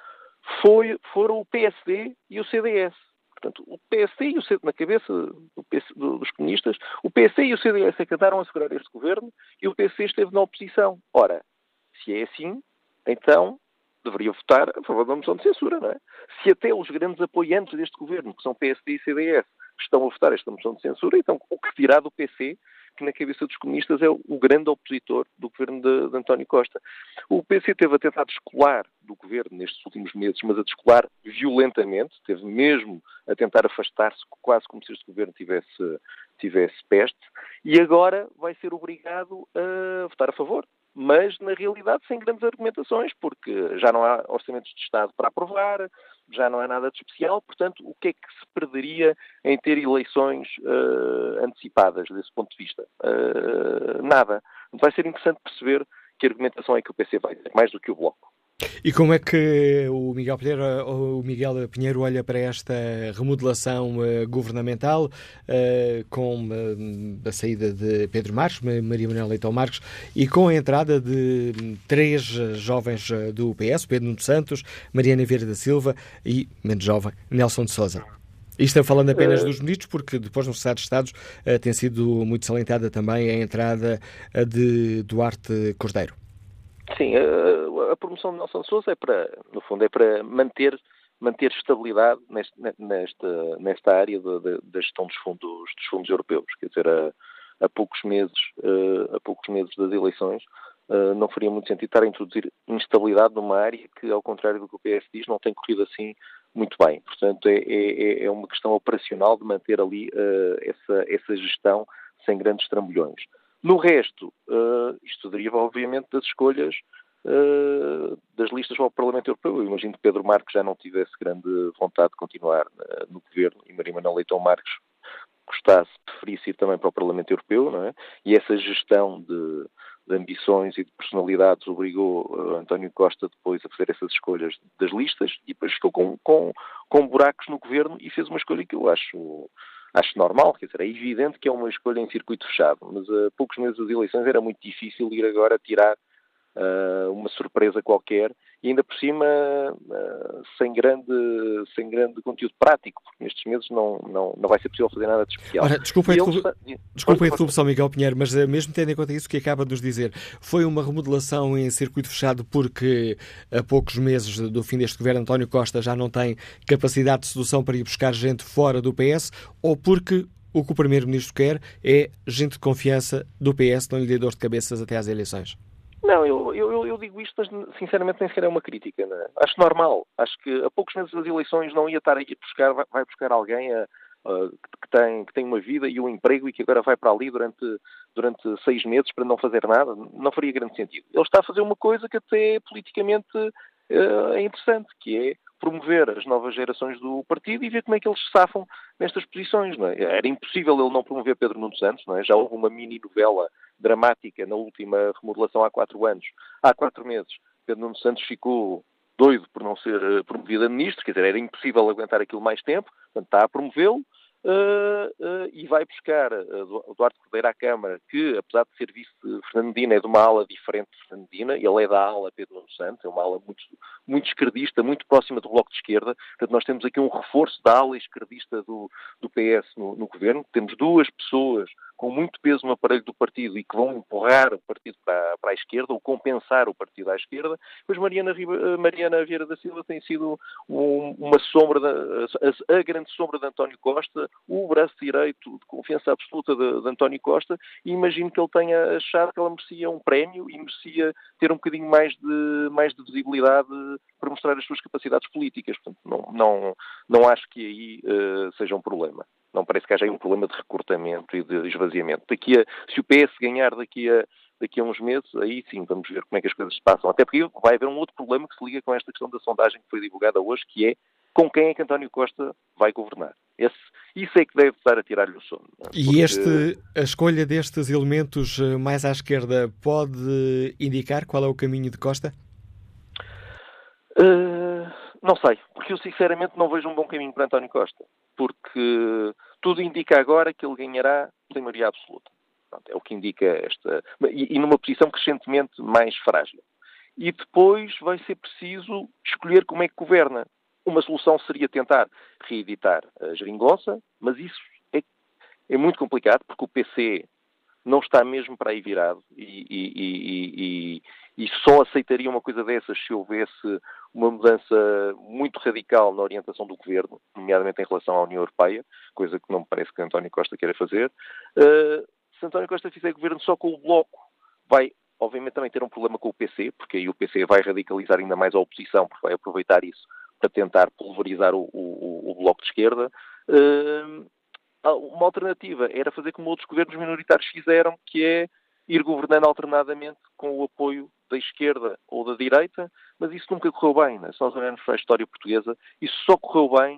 foram o PSD e o CDS. Portanto, o PSD e o CDS, na cabeça dos comunistas, o PC e o CDS é que tentaram assegurar este governo e o PC esteve na oposição. Ora, se é assim, então deveria votar a favor da moção de censura, não é? Se até os grandes apoiantes deste governo, que são PSD e CDS, estão a votar esta moção de censura, então o que dirá do PC, que na cabeça dos comunistas é o grande opositor do governo de António Costa. O PC teve a tentar descolar do governo nestes últimos meses, mas a descolar violentamente, teve mesmo a tentar afastar-se, quase como se este governo tivesse peste, e agora vai ser obrigado a votar a favor. Mas, na realidade, sem grandes argumentações, porque já não há orçamentos de Estado para aprovar, já não há nada de especial, portanto, o que é que se perderia em ter eleições antecipadas, desse ponto de vista? Nada. Vai ser interessante perceber que argumentação é que o PC vai ter, mais do que o Bloco. E como é que o Miguel Pinheiro olha para esta remodelação governamental com a saída de Pedro Marques, Maria Manuela Leitão Marques, e com a entrada de 3 jovens do PS, Pedro Nuno Santos, Mariana Vieira da Silva e, menos jovem, Nelson de Sousa? Isto é falando apenas dos ministros, porque depois no Secretário de Estados tem sido muito salientada também a entrada de Duarte Cordeiro. Sim, a promoção de Nelson de Sousa no fundo, é para manter estabilidade nesta área da gestão dos fundos europeus. Quer dizer, a poucos meses das eleições, não faria muito sentido estar a introduzir instabilidade numa área que, ao contrário do que o PS diz, não tem corrido assim muito bem. Portanto, é uma questão operacional de manter ali essa gestão sem grandes trambolhões. No resto, isto deriva, obviamente, das escolhas das listas para o Parlamento Europeu. Eu imagino que Pedro Marques já não tivesse grande vontade de continuar no governo e Maria Manuela Leitão Marques preferisse ir também para o Parlamento Europeu, não é? E essa gestão de ambições e de personalidades obrigou António Costa depois a fazer essas escolhas das listas e depois ficou com buracos no governo e fez uma escolha que eu acho normal, quer dizer, é evidente que é uma escolha em circuito fechado, mas a poucos meses das eleições era muito difícil ir agora tirar uma surpresa qualquer e ainda por cima sem grande conteúdo prático, porque nestes meses não vai ser possível fazer nada de especial. Ora, desculpa a interrupção, Miguel Pinheiro, mas mesmo tendo em conta isso que acaba de nos dizer, foi uma remodelação em circuito fechado porque a poucos meses do fim deste governo António Costa já não tem capacidade de sedução para ir buscar gente fora do PS, ou porque o que o Primeiro-Ministro quer é gente de confiança do PS, não lhe dê dor de cabeças até às eleições? Não, eu digo isto, mas sinceramente nem sequer é uma crítica. Não é? Acho normal. Acho que a poucos meses das eleições não ia estar aí a buscar, vai buscar alguém que tem uma vida e um emprego e que agora vai para ali durante 6 meses para não fazer nada. Não faria grande sentido. Ele está a fazer uma coisa que até politicamente é interessante, que é promover as novas gerações do partido e ver como é que eles se safam nestas posições. Não é? Era impossível ele não promover Pedro Nuno Santos, não é? Já houve uma mini-novela dramática na última remodelação há 4 anos. Há 4 meses, Pedro Nuno Santos ficou doido por não ser promovido a ministro, quer dizer, era impossível aguentar aquilo mais tempo, portanto está a promovê-lo. e vai buscar o Duarte Cordeiro à Câmara, que, apesar de ser vice-Fernandina, é de uma ala diferente de Fernandina. Ele é da ala Pedro Nuno Santos, é uma ala muito esquerdista, muito próxima do Bloco de Esquerda. Portanto, nós temos aqui um reforço da ala esquerdista do PS no governo. Temos duas pessoas com muito peso no aparelho do partido e que vão empurrar o partido para a esquerda, ou compensar o partido à esquerda. Depois Mariana Vieira da Silva tem sido uma sombra, a grande sombra de António Costa, o braço direito de confiança absoluta de António Costa, e imagino que ele tenha achado que ela merecia um prémio e merecia ter um bocadinho mais de visibilidade para mostrar as suas capacidades políticas. Portanto, não acho que aí seja um problema. Não parece que haja aí um problema de recrutamento e de esvaziamento. Se o PS ganhar daqui a uns meses, aí sim vamos ver como é que as coisas se passam. Até porque vai haver um outro problema que se liga com esta questão da sondagem que foi divulgada hoje, que é com quem é que António Costa vai governar. Isso é que deve estar a tirar-lhe o sono. E a escolha destes elementos mais à esquerda pode indicar qual é o caminho de Costa? Não sei, porque eu sinceramente não vejo um bom caminho para António Costa, porque tudo indica agora que ele ganhará sem maioria absoluta. Pronto, é o que indica esta... E numa posição crescentemente mais frágil. E depois vai ser preciso escolher como é que governa. Uma solução seria tentar reeditar a geringonça, mas isso é muito complicado, porque o PC não está mesmo para aí virado e só aceitaria uma coisa dessas se houvesse uma mudança muito radical na orientação do governo, nomeadamente em relação à União Europeia, coisa que não me parece que António Costa queira fazer. Se António Costa fizer governo só com o Bloco, vai obviamente também ter um problema com o PC, porque aí o PC vai radicalizar ainda mais a oposição, porque vai aproveitar isso para tentar pulverizar o Bloco de Esquerda. Uma alternativa era fazer como outros governos minoritários fizeram, que é ir governando alternadamente com o apoio da esquerda ou da direita, mas isso nunca correu bem, né? Se nós olharmos para a história portuguesa, isso só correu bem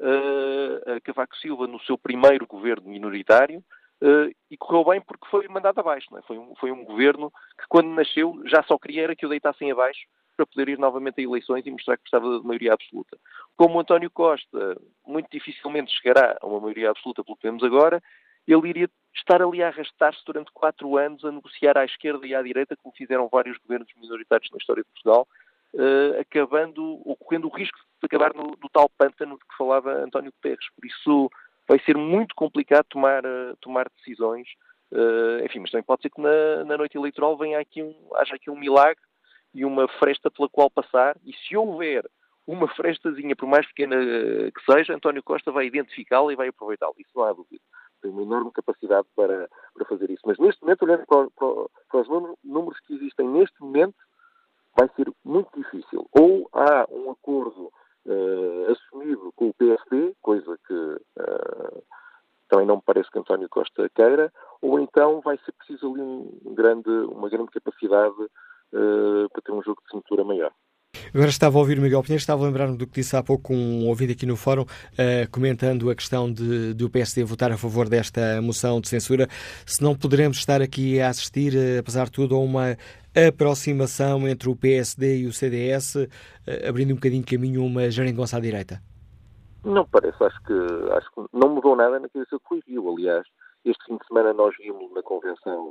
a Cavaco Silva no seu primeiro governo minoritário, e correu bem porque foi mandado abaixo, né? Foi um governo que, quando nasceu, já só queria era que o deitassem abaixo para poder ir novamente a eleições e mostrar que precisava de maioria absoluta. Como o António Costa muito dificilmente chegará a uma maioria absoluta, pelo que vemos agora, ele iria estar ali a arrastar-se durante 4 anos a negociar à esquerda e à direita, como fizeram vários governos minoritários na história de Portugal, correndo o risco de acabar no tal pântano de que falava António Guterres. Por isso vai ser muito complicado tomar decisões. Enfim, mas também pode ser que na noite eleitoral haja aqui um milagre e uma fresta pela qual passar, e se houver uma frestazinha, por mais pequena que seja, António Costa vai identificá-la e vai aproveitá-la. Isso não há dúvida. Tem uma enorme capacidade para fazer isso. Mas neste momento, olhando para os números que existem neste momento, vai ser muito difícil. Ou há um acordo assumido com o PSD, coisa que também não me parece que António Costa queira, ou então vai ser preciso ali uma grande capacidade para ter um jogo de cintura maior. Agora estava a ouvir o Miguel Pinheiro, estava a lembrar-me do que disse há pouco um ouvinte aqui no fórum, comentando a questão do PSD votar a favor desta moção de censura. Se não poderemos estar aqui a assistir, apesar de tudo, a uma aproximação entre o PSD e o CDS, abrindo um bocadinho de caminho a uma geringonça à direita? Não parece, acho que não mudou nada na cabeça do Rui Rio. Aliás, este fim de semana nós vimos na convenção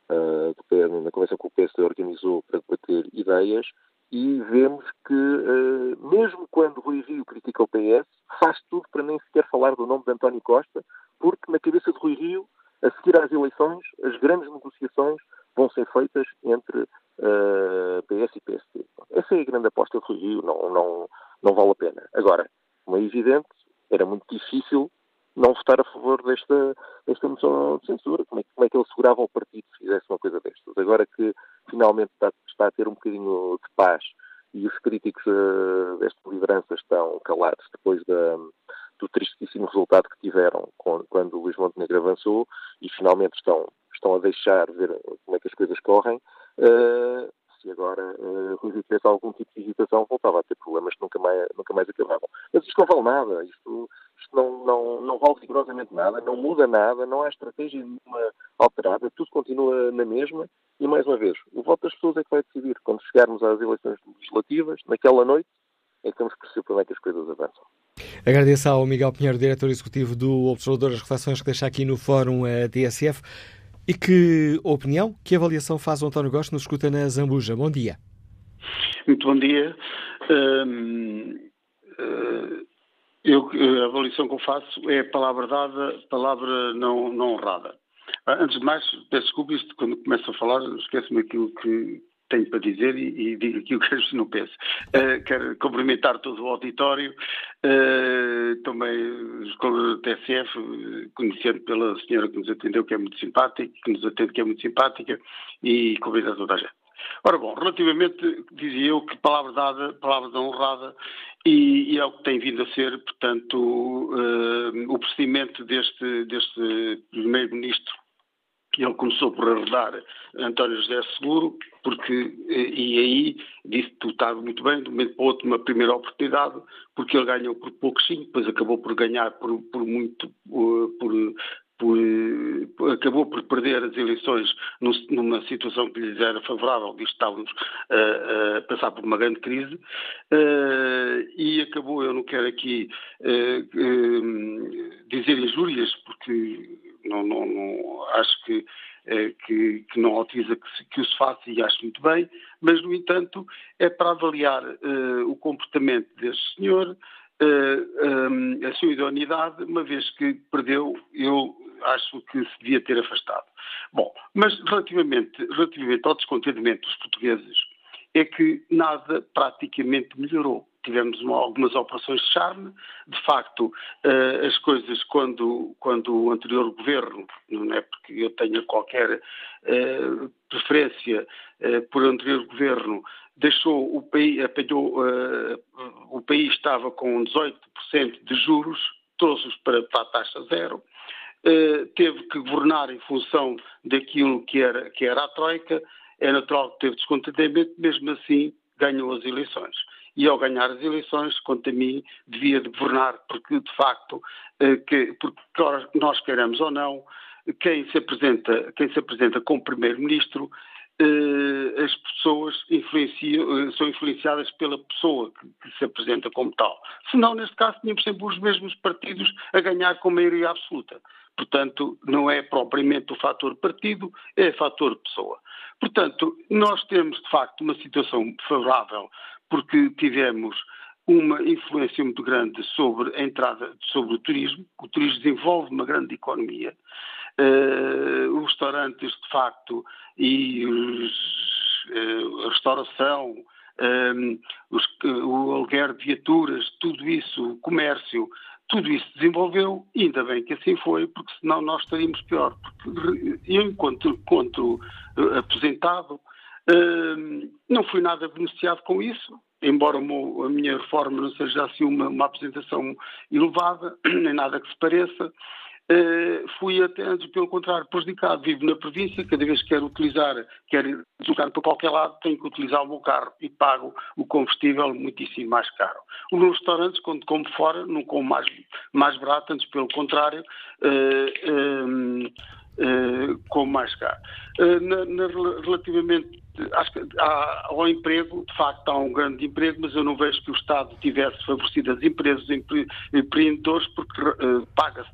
que o PSD organizou para debater ideias, e vemos que, mesmo quando Rui Rio critica o PS, faz tudo para nem sequer falar do nome de António Costa, porque na cabeça de Rui Rio, a seguir às eleições, as grandes negociações vão ser feitas entre PS e PSD. Essa é a grande aposta de Rui Rio, não vale a pena. Agora, como é evidente, era muito difícil não votar a favor desta moção de censura. Como é que ele segurava o partido se fizesse uma coisa destas? Agora que finalmente está a ter um bocadinho de paz e os críticos desta liderança estão calados depois do tristíssimo resultado que tiveram quando o Luís Montenegro avançou, e finalmente estão a deixar ver como é que as coisas correm, se agora Rui Rio tivesse algum tipo de hesitação, voltava a ter problemas que nunca mais acabavam. Mas isto não vale nada, isto não vale rigorosamente nada, não muda nada, não há estratégia nenhuma alterada, tudo continua na mesma, e mais uma vez, o voto das pessoas é que vai decidir. Quando chegarmos às eleições legislativas, naquela noite, é que vamos perceber como é que as coisas avançam. Agradeço ao Miguel Pinheiro, diretor executivo do Observador, as reflexões que deixa aqui no Fórum TSF. E que opinião, que avaliação faz o António Gosto nos escuta na Zambuja? Bom dia. Muito bom dia. A avaliação que eu faço é palavra dada, palavra não honrada. Antes de mais, peço desculpa, isto quando começo a falar, esqueço-me aquilo que tenho para dizer e digo aquilo que não penso. Quero cumprimentar todo o auditório, também o TSF, conhecendo pela senhora que nos atendeu, que é muito simpática, que nos atende, que é muito simpática, e convidar toda a gente. Ora bom, relativamente, dizia eu que palavra dada, palavra não honrada, e é o que tem vindo a ser, portanto, o procedimento deste primeiro-ministro. Ele começou por arredar António José Seguro, e aí disse que estava muito bem, de um momento para o outro, uma primeira oportunidade, porque ele ganhou por poucos sim, depois acabou por ganhar acabou por perder as eleições numa situação que lhes era favorável, visto que estávamos a passar por uma grande crise, e acabou, eu não quero aqui dizer injúrias, porque não acho que não autoriza que o se faça, e acho muito bem, mas, no entanto, é para avaliar o comportamento deste senhor, a sua idoneidade, uma vez que perdeu, eu acho que se devia ter afastado. Bom, mas relativamente ao descontentamento dos portugueses, é que nada praticamente melhorou. Tivemos algumas operações de charme. De facto, as coisas, quando o anterior governo, não é porque eu tenha qualquer preferência por anterior governo, deixou o país, o país estava com 18% de juros, trouxe-os para a taxa zero, teve que governar em função daquilo que era a Troika. É natural que teve descontentamento, mesmo assim ganhou as eleições. E ao ganhar as eleições, quanto a mim, devia de governar, porque de facto, porque nós queiramos ou não, quem se apresenta como primeiro-ministro, as pessoas são influenciadas pela pessoa que se apresenta como tal. Senão, neste caso, tínhamos sempre os mesmos partidos a ganhar com maioria absoluta. Portanto, não é propriamente o fator partido, é o fator pessoa. Portanto, nós temos, de facto, uma situação favorável, porque tivemos uma influência muito grande sobre a entrada, sobre o turismo. O turismo desenvolve uma grande economia. Os restaurantes, de facto, e a restauração, o aluguer de viaturas, tudo isso, o comércio, tudo isso desenvolveu, e ainda bem que assim foi, porque senão nós estaríamos pior. Porque eu, enquanto aposentado, não fui nada beneficiado com isso, embora a minha reforma não seja assim uma apresentação elevada, nem nada que se pareça. Fui até, antes, pelo contrário, prejudicado. Vivo na província, cada vez que quero deslocar para qualquer lado, tenho que utilizar o meu carro e pago o combustível muitíssimo mais caro. Os meus restaurantes, quando como fora, não como mais barato, antes, pelo contrário, como mais caro. Relativamente ao emprego, de facto há um grande emprego, mas eu não vejo que o Estado tivesse favorecido as empresas empreendedores, porque paga-se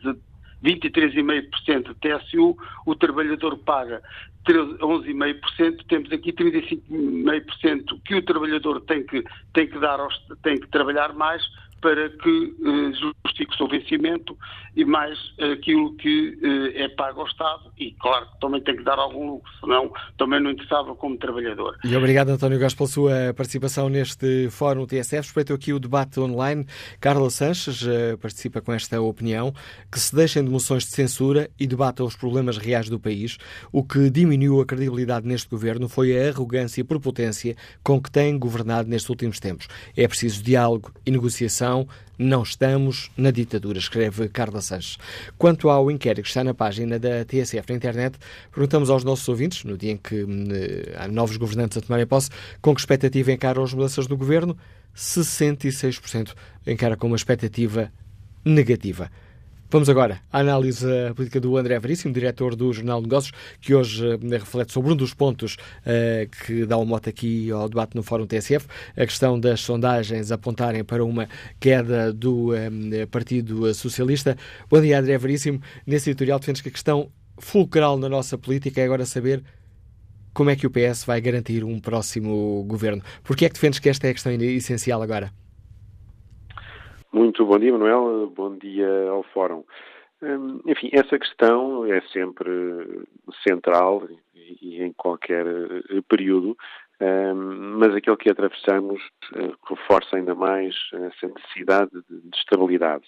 23,5% de TSU, o trabalhador paga 11,5%, temos aqui 35,5% que o trabalhador tem que trabalhar mais para que justifique o seu vencimento, e mais aquilo que é pago ao Estado, e claro que também tem que dar algum lucro, senão também não interessava como trabalhador. E obrigado, António Gosto, pela sua participação neste Fórum TSF. Respeito aqui o debate online. Carla Sanches participa com esta opinião, que se deixem de moções de censura e debatam os problemas reais do país. O que diminuiu a credibilidade neste governo foi a arrogância e prepotência com que tem governado nestes últimos tempos. É preciso diálogo e negociação. Não estamos na ditadura, escreve Carla Sanches. Quanto ao inquérito que está na página da TSF na internet, perguntamos aos nossos ouvintes, no dia em que há novos governantes a tomarem posse, com que expectativa encaram as mudanças do governo. 66% encara com uma expectativa negativa. Vamos agora à análise política do André Veríssimo, diretor do Jornal de Negócios, que hoje reflete sobre um dos pontos que dá um mote aqui ao debate no Fórum TSF, a questão das sondagens apontarem para uma queda do Partido Socialista. Bom dia, André Veríssimo. Nesse editorial defendes que a questão fulcral na nossa política é agora saber como é que o PS vai garantir um próximo governo. Porquê é que defendes que esta é a questão essencial agora? Muito bom dia, Manuel. Bom dia ao Fórum. Enfim, essa questão é sempre central e em qualquer período, mas aquilo que atravessamos reforça ainda mais essa necessidade de estabilidade.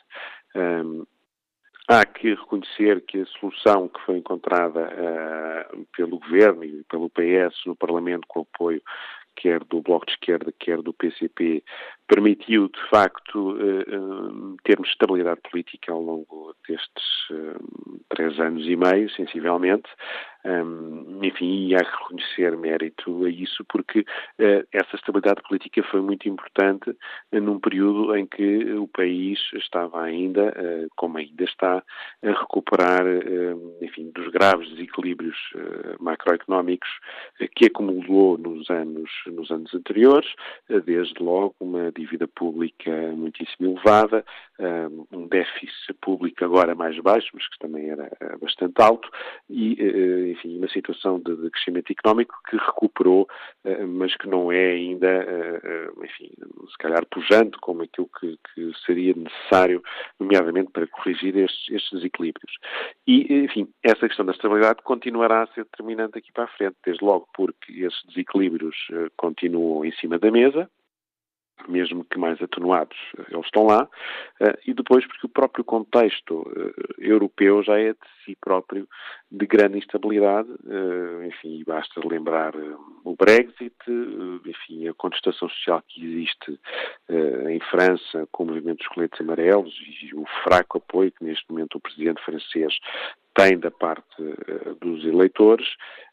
Há que reconhecer que a solução que foi encontrada pelo Governo e pelo PS no Parlamento, com o apoio quer do Bloco de Esquerda, quer do PCP, permitiu, de facto, termos estabilidade política ao longo destes 3 anos e meio, sensivelmente. Enfim, e há que reconhecer mérito a isso, porque essa estabilidade política foi muito importante num período em que o país estava ainda, como ainda está, a recuperar, enfim, dos graves desequilíbrios macroeconómicos que acumulou nos anos anteriores, desde logo uma dívida pública muitíssimo elevada, um déficit público agora mais baixo, mas que também era bastante alto, e, enfim, uma situação de crescimento económico que recuperou, mas que não é ainda, enfim, se calhar pujante como aquilo que seria necessário, nomeadamente para corrigir estes desequilíbrios. E, enfim, essa questão da estabilidade continuará a ser determinante aqui para a frente, desde logo porque esses desequilíbrios continuam em cima da mesa, mesmo que mais atenuados, eles estão lá, e depois porque o próprio contexto europeu já é de si próprio de grande instabilidade, enfim, basta lembrar o Brexit, enfim, a contestação social que existe em França com o movimento dos coletes amarelos e o fraco apoio que neste momento o presidente francês tem da parte dos eleitores,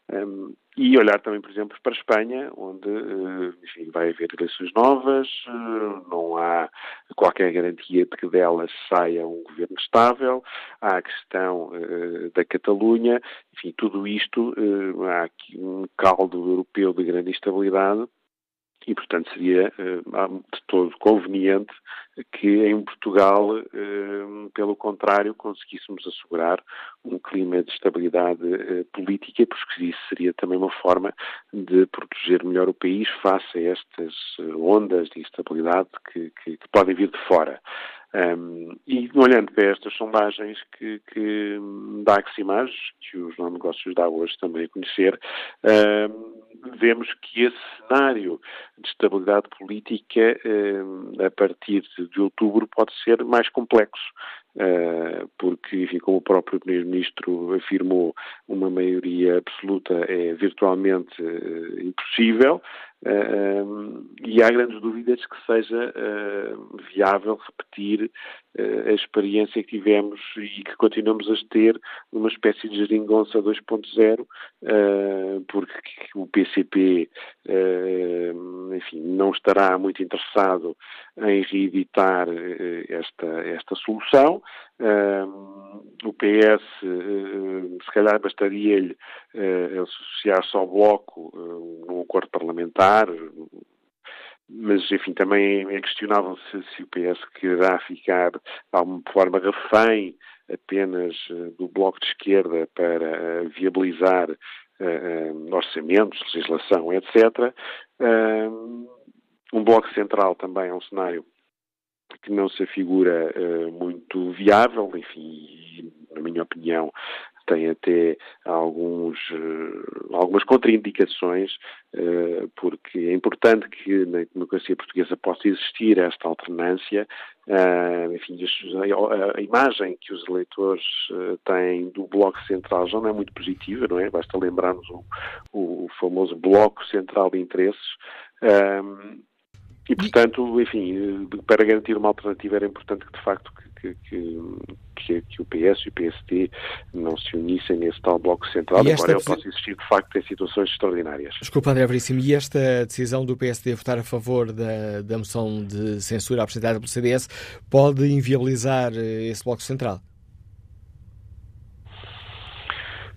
e olhar também, por exemplo, para a Espanha, onde, enfim, vai haver eleições novas, não há qualquer garantia de que delas saia um governo estável, há a questão da Catalunha, enfim, tudo isto, há aqui um caldo europeu de grande instabilidade. E, portanto, seria de todo conveniente que em Portugal, pelo contrário, conseguíssemos assegurar um clima de estabilidade política, porque isso seria também uma forma de proteger melhor o país face a estas ondas de instabilidade que podem vir de fora. E olhando para estas sondagens que dá Aximage, que o Jornal de Negócios dá hoje também a conhecer, vemos que esse cenário de estabilidade política a partir de outubro pode ser mais complexo, porque, enfim, como o próprio Primeiro-Ministro afirmou, uma maioria absoluta é virtualmente impossível, e há grandes dúvidas que seja viável repetir a experiência que tivemos e que continuamos a ter numa espécie de geringonça 2.0, porque o PCP, enfim, não estará muito interessado em reeditar esta solução. O PS, se calhar bastaria-lhe associar-se ao Bloco num acordo parlamentar, mas, enfim, também é questionável se o PS quererá ficar de alguma forma refém apenas do Bloco de Esquerda para viabilizar orçamentos, legislação, etc. Um Bloco Central também é um cenário que não se afigura muito viável, enfim, na minha opinião, tem até algumas contraindicações, porque é importante que na democracia portuguesa possa existir esta alternância. Enfim, a imagem que os eleitores têm do Bloco Central já não é muito positiva, não é? Basta lembrarmos o famoso Bloco Central de Interesses. E, portanto, enfim, para garantir uma alternativa era importante que, de facto, que o PS e o PSD não se unissem nesse tal Bloco Central, embora ele possa existir, de facto, em situações extraordinárias. Desculpa, André Veríssimo, e esta decisão do PSD votar a favor da moção de censura apresentada pelo CDS pode inviabilizar esse Bloco Central?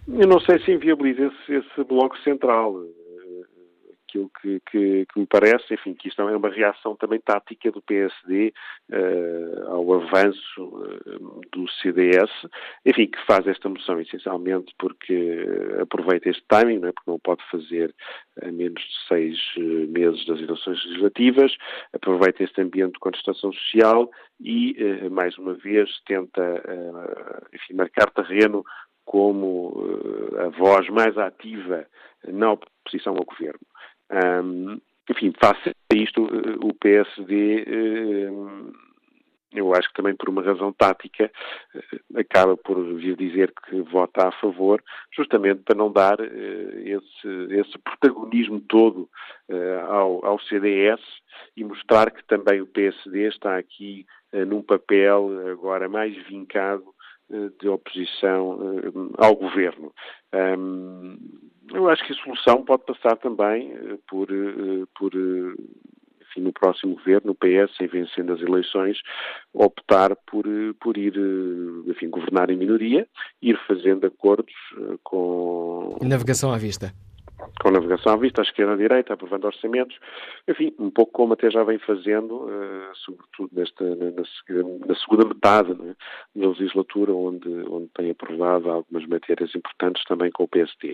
Eu não sei se inviabiliza esse bloco central. Aquilo que me parece, enfim, que isto é uma reação também tática do PSD ao avanço do CDS, enfim, que faz esta moção essencialmente porque aproveita este timing, não é? Porque não pode fazer a menos de 6 meses das eleições legislativas, aproveita este ambiente de contestação social e, mais uma vez, tenta, enfim, marcar terreno como a voz mais ativa na oposição ao governo. Enfim, face a isto, o PSD, eu acho que também por uma razão tática, acaba por vir dizer que vota a favor, justamente para não dar esse protagonismo todo ao CDS e mostrar que também o PSD está aqui num papel agora mais vincado de oposição ao governo. Eu acho que a solução pode passar também por enfim, no próximo governo, o PS, em vencendo as eleições, optar por ir, enfim, governar em minoria, ir fazendo acordos com... Navegação à vista. Com navegação à vista, à esquerda, à direita, aprovando orçamentos, enfim, um pouco como até já vem fazendo, sobretudo na segunda metade, né, da legislatura, onde tem aprovado algumas matérias importantes também com o PSD.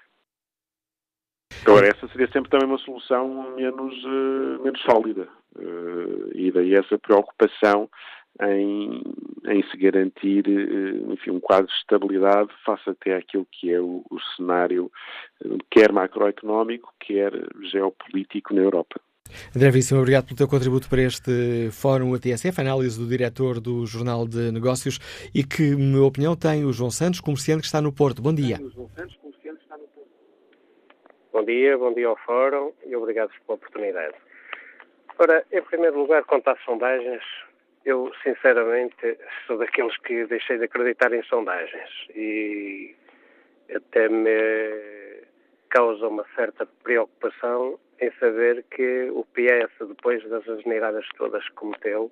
Agora, essa seria sempre também uma solução menos sólida, e daí essa preocupação em se garantir, enfim, um quadro de estabilidade face até àquilo que é o cenário, quer macroeconómico, quer geopolítico na Europa. André Víssimo, obrigado pelo teu contributo para este Fórum ATSF, análise do diretor do Jornal de Negócios e que, na minha opinião, tem o João Santos, comerciante que está no Porto. Bom dia. Bom dia ao Fórum e obrigado pela oportunidade. Ora, em primeiro lugar, quanto às sondagens, eu, sinceramente, sou daqueles que deixei de acreditar em sondagens e até me causa uma certa preocupação em saber que o PS, depois das asneiradas todas que cometeu,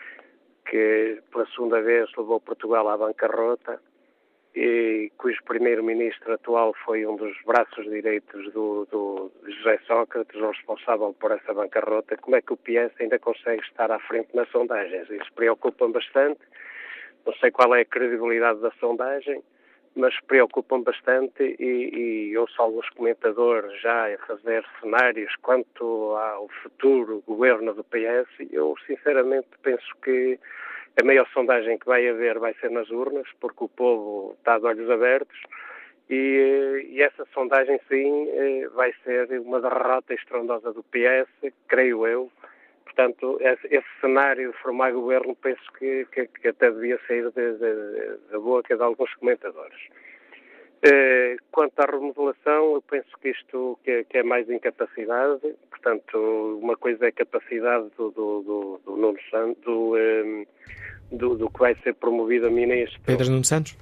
que pela segunda vez levou Portugal à bancarrota e cujo primeiro-ministro atual foi um dos braços direitos do José Sócrates, o responsável por essa bancarrota, como é que o PS ainda consegue estar à frente nas sondagens? Isso preocupa-me bastante. Não sei qual é a credibilidade da sondagem, mas preocupam bastante e ouço alguns comentadores já a fazer cenários quanto ao futuro governo do PS. Eu, sinceramente, penso que a maior sondagem que vai haver vai ser nas urnas, porque o povo está de olhos abertos e essa sondagem, sim, vai ser uma derrota estrondosa do PS, creio eu. Portanto, esse cenário de formar governo penso que até devia sair da boca de alguns comentadores. Quanto à remodelação, eu penso que isto que é mais incapacidade. Portanto, uma coisa é a capacidade do Nuno Santos, do que vai ser promovido a ministro. Pedro Nuno Santos,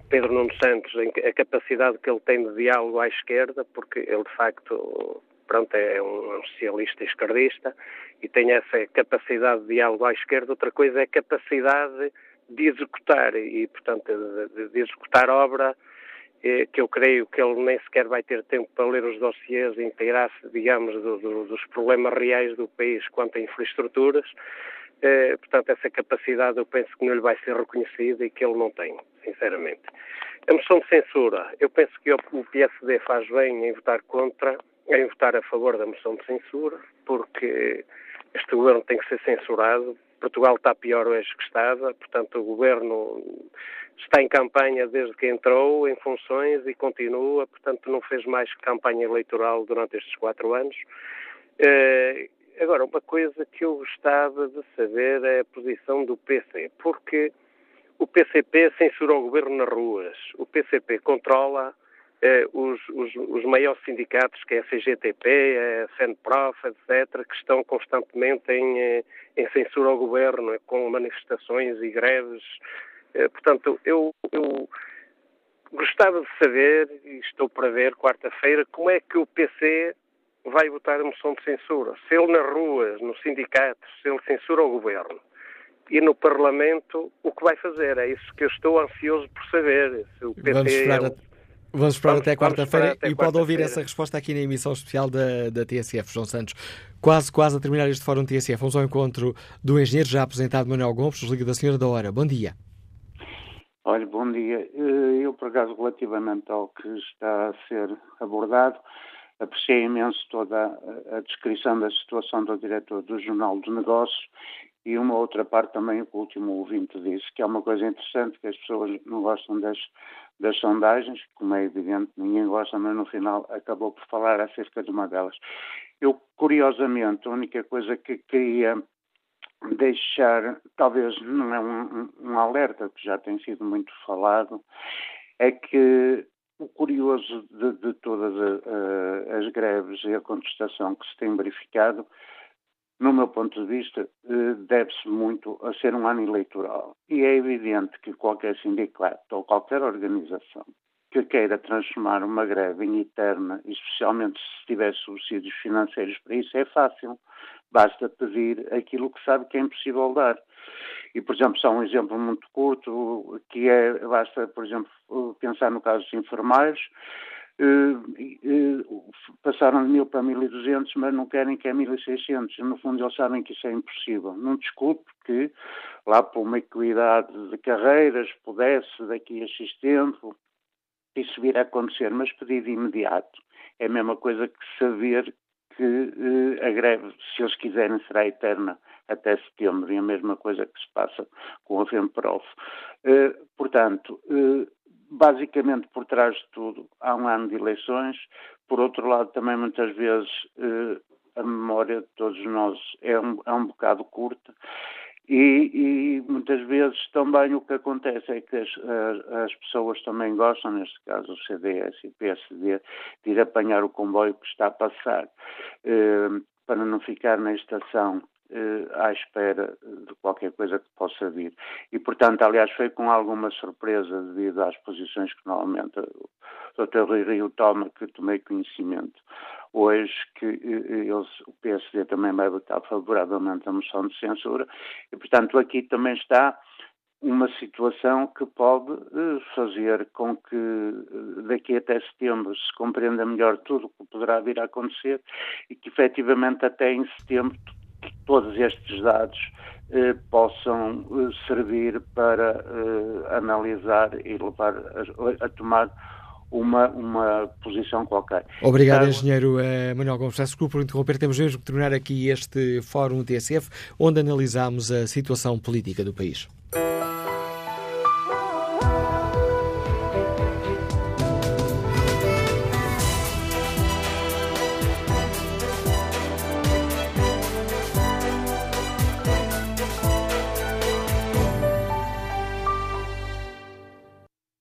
a capacidade que ele tem de diálogo à esquerda, porque ele, de facto, é um socialista esquerdista e tem essa capacidade de diálogo à esquerda. Outra coisa é a capacidade de executar e, portanto, de executar obra que eu creio que ele nem sequer vai ter tempo para ler os dossiês e inteirar-se, digamos, dos problemas reais do país quanto a infraestruturas. Portanto, essa capacidade eu penso que não lhe vai ser reconhecida e que ele não tem, sinceramente. A moção de censura, eu penso que o PSD faz bem em votar a favor da moção de censura, porque este governo tem que ser censurado. Portugal está pior hoje que estava, portanto o governo está em campanha desde que entrou em funções e continua, portanto não fez mais que campanha eleitoral durante estes 4 anos. Agora, uma coisa que eu gostava de saber é a posição do PC, porque o PCP censura o governo nas ruas, o PCP controla os maiores sindicatos, que é a CGTP, a FENPROF, etc., que estão constantemente em censura ao governo, com manifestações e greves. Portanto, eu gostava de saber, e estou para ver quarta-feira, como é que o PC vai votar a moção de censura. Se ele nas ruas, nos sindicatos, se ele censura o governo, e no Parlamento, o que vai fazer? É isso que eu estou ansioso por saber. Se o PT Vamos esperar até quarta-feira e pode ouvir essa resposta aqui na emissão especial da TSF, João Santos. Quase a terminar este Fórum TSF. Vamos ao encontro do engenheiro já apresentado, Manuel Gomes, Liga da Senhora da Hora. Bom dia. Olha, bom dia. Eu, por acaso, relativamente ao que está a ser abordado, apreciei imenso toda a descrição da situação do diretor do Jornal dos Negócios e uma outra parte também, o que o último ouvinte disse, que é uma coisa interessante, que as pessoas não gostam das sondagens, como é evidente, ninguém gosta, mas no final acabou por falar acerca de uma delas. Eu, curiosamente, a única coisa que queria deixar, talvez não é um alerta, que já tem sido muito falado, é que o curioso de todas as greves e a contestação que se tem verificado, no meu ponto de vista, deve-se muito a ser um ano eleitoral. E é evidente que qualquer sindicato ou qualquer organização que queira transformar uma greve em eterna, especialmente se tiver subsídios financeiros para isso, é fácil. Basta pedir aquilo que sabe que é impossível dar. E, por exemplo, só um exemplo muito curto, que basta, por exemplo, pensar no caso dos enfermeiros, passaram de 1.000 para 1.200, mas não querem que é 1.600. No fundo, eles sabem que isso é impossível. Não discuto que, lá por uma equidade de carreiras, pudesse, daqui a X tempo, isso vir a acontecer, mas pedir de imediato. É a mesma coisa que saber que a greve, se eles quiserem, será eterna até setembro, e a mesma coisa que se passa com a FEMPROF. Portanto, basicamente, por trás de tudo, há um ano de eleições. Por outro lado, também muitas vezes a memória de todos nós é um bocado curta e muitas vezes também o que acontece é que as pessoas também gostam, neste caso o CDS e o PSD, de ir apanhar o comboio que está a passar para não ficar na estação à espera de qualquer coisa que possa vir. E, portanto, aliás, foi com alguma surpresa devido às posições que normalmente o Dr. Rui Rio toma, que tomei conhecimento hoje, que o PSD também vai votar favoravelmente a moção de censura. E, portanto, aqui também está uma situação que pode fazer com que daqui até setembro se compreenda melhor tudo o que poderá vir a acontecer e que, efetivamente, até em setembro todos estes dados possam servir para analisar e levar a tomar uma posição qualquer. Obrigado, engenheiro Manuel Gomes. Desculpe por interromper, temos mesmo que terminar aqui este Fórum TSF, onde analisámos a situação política do país.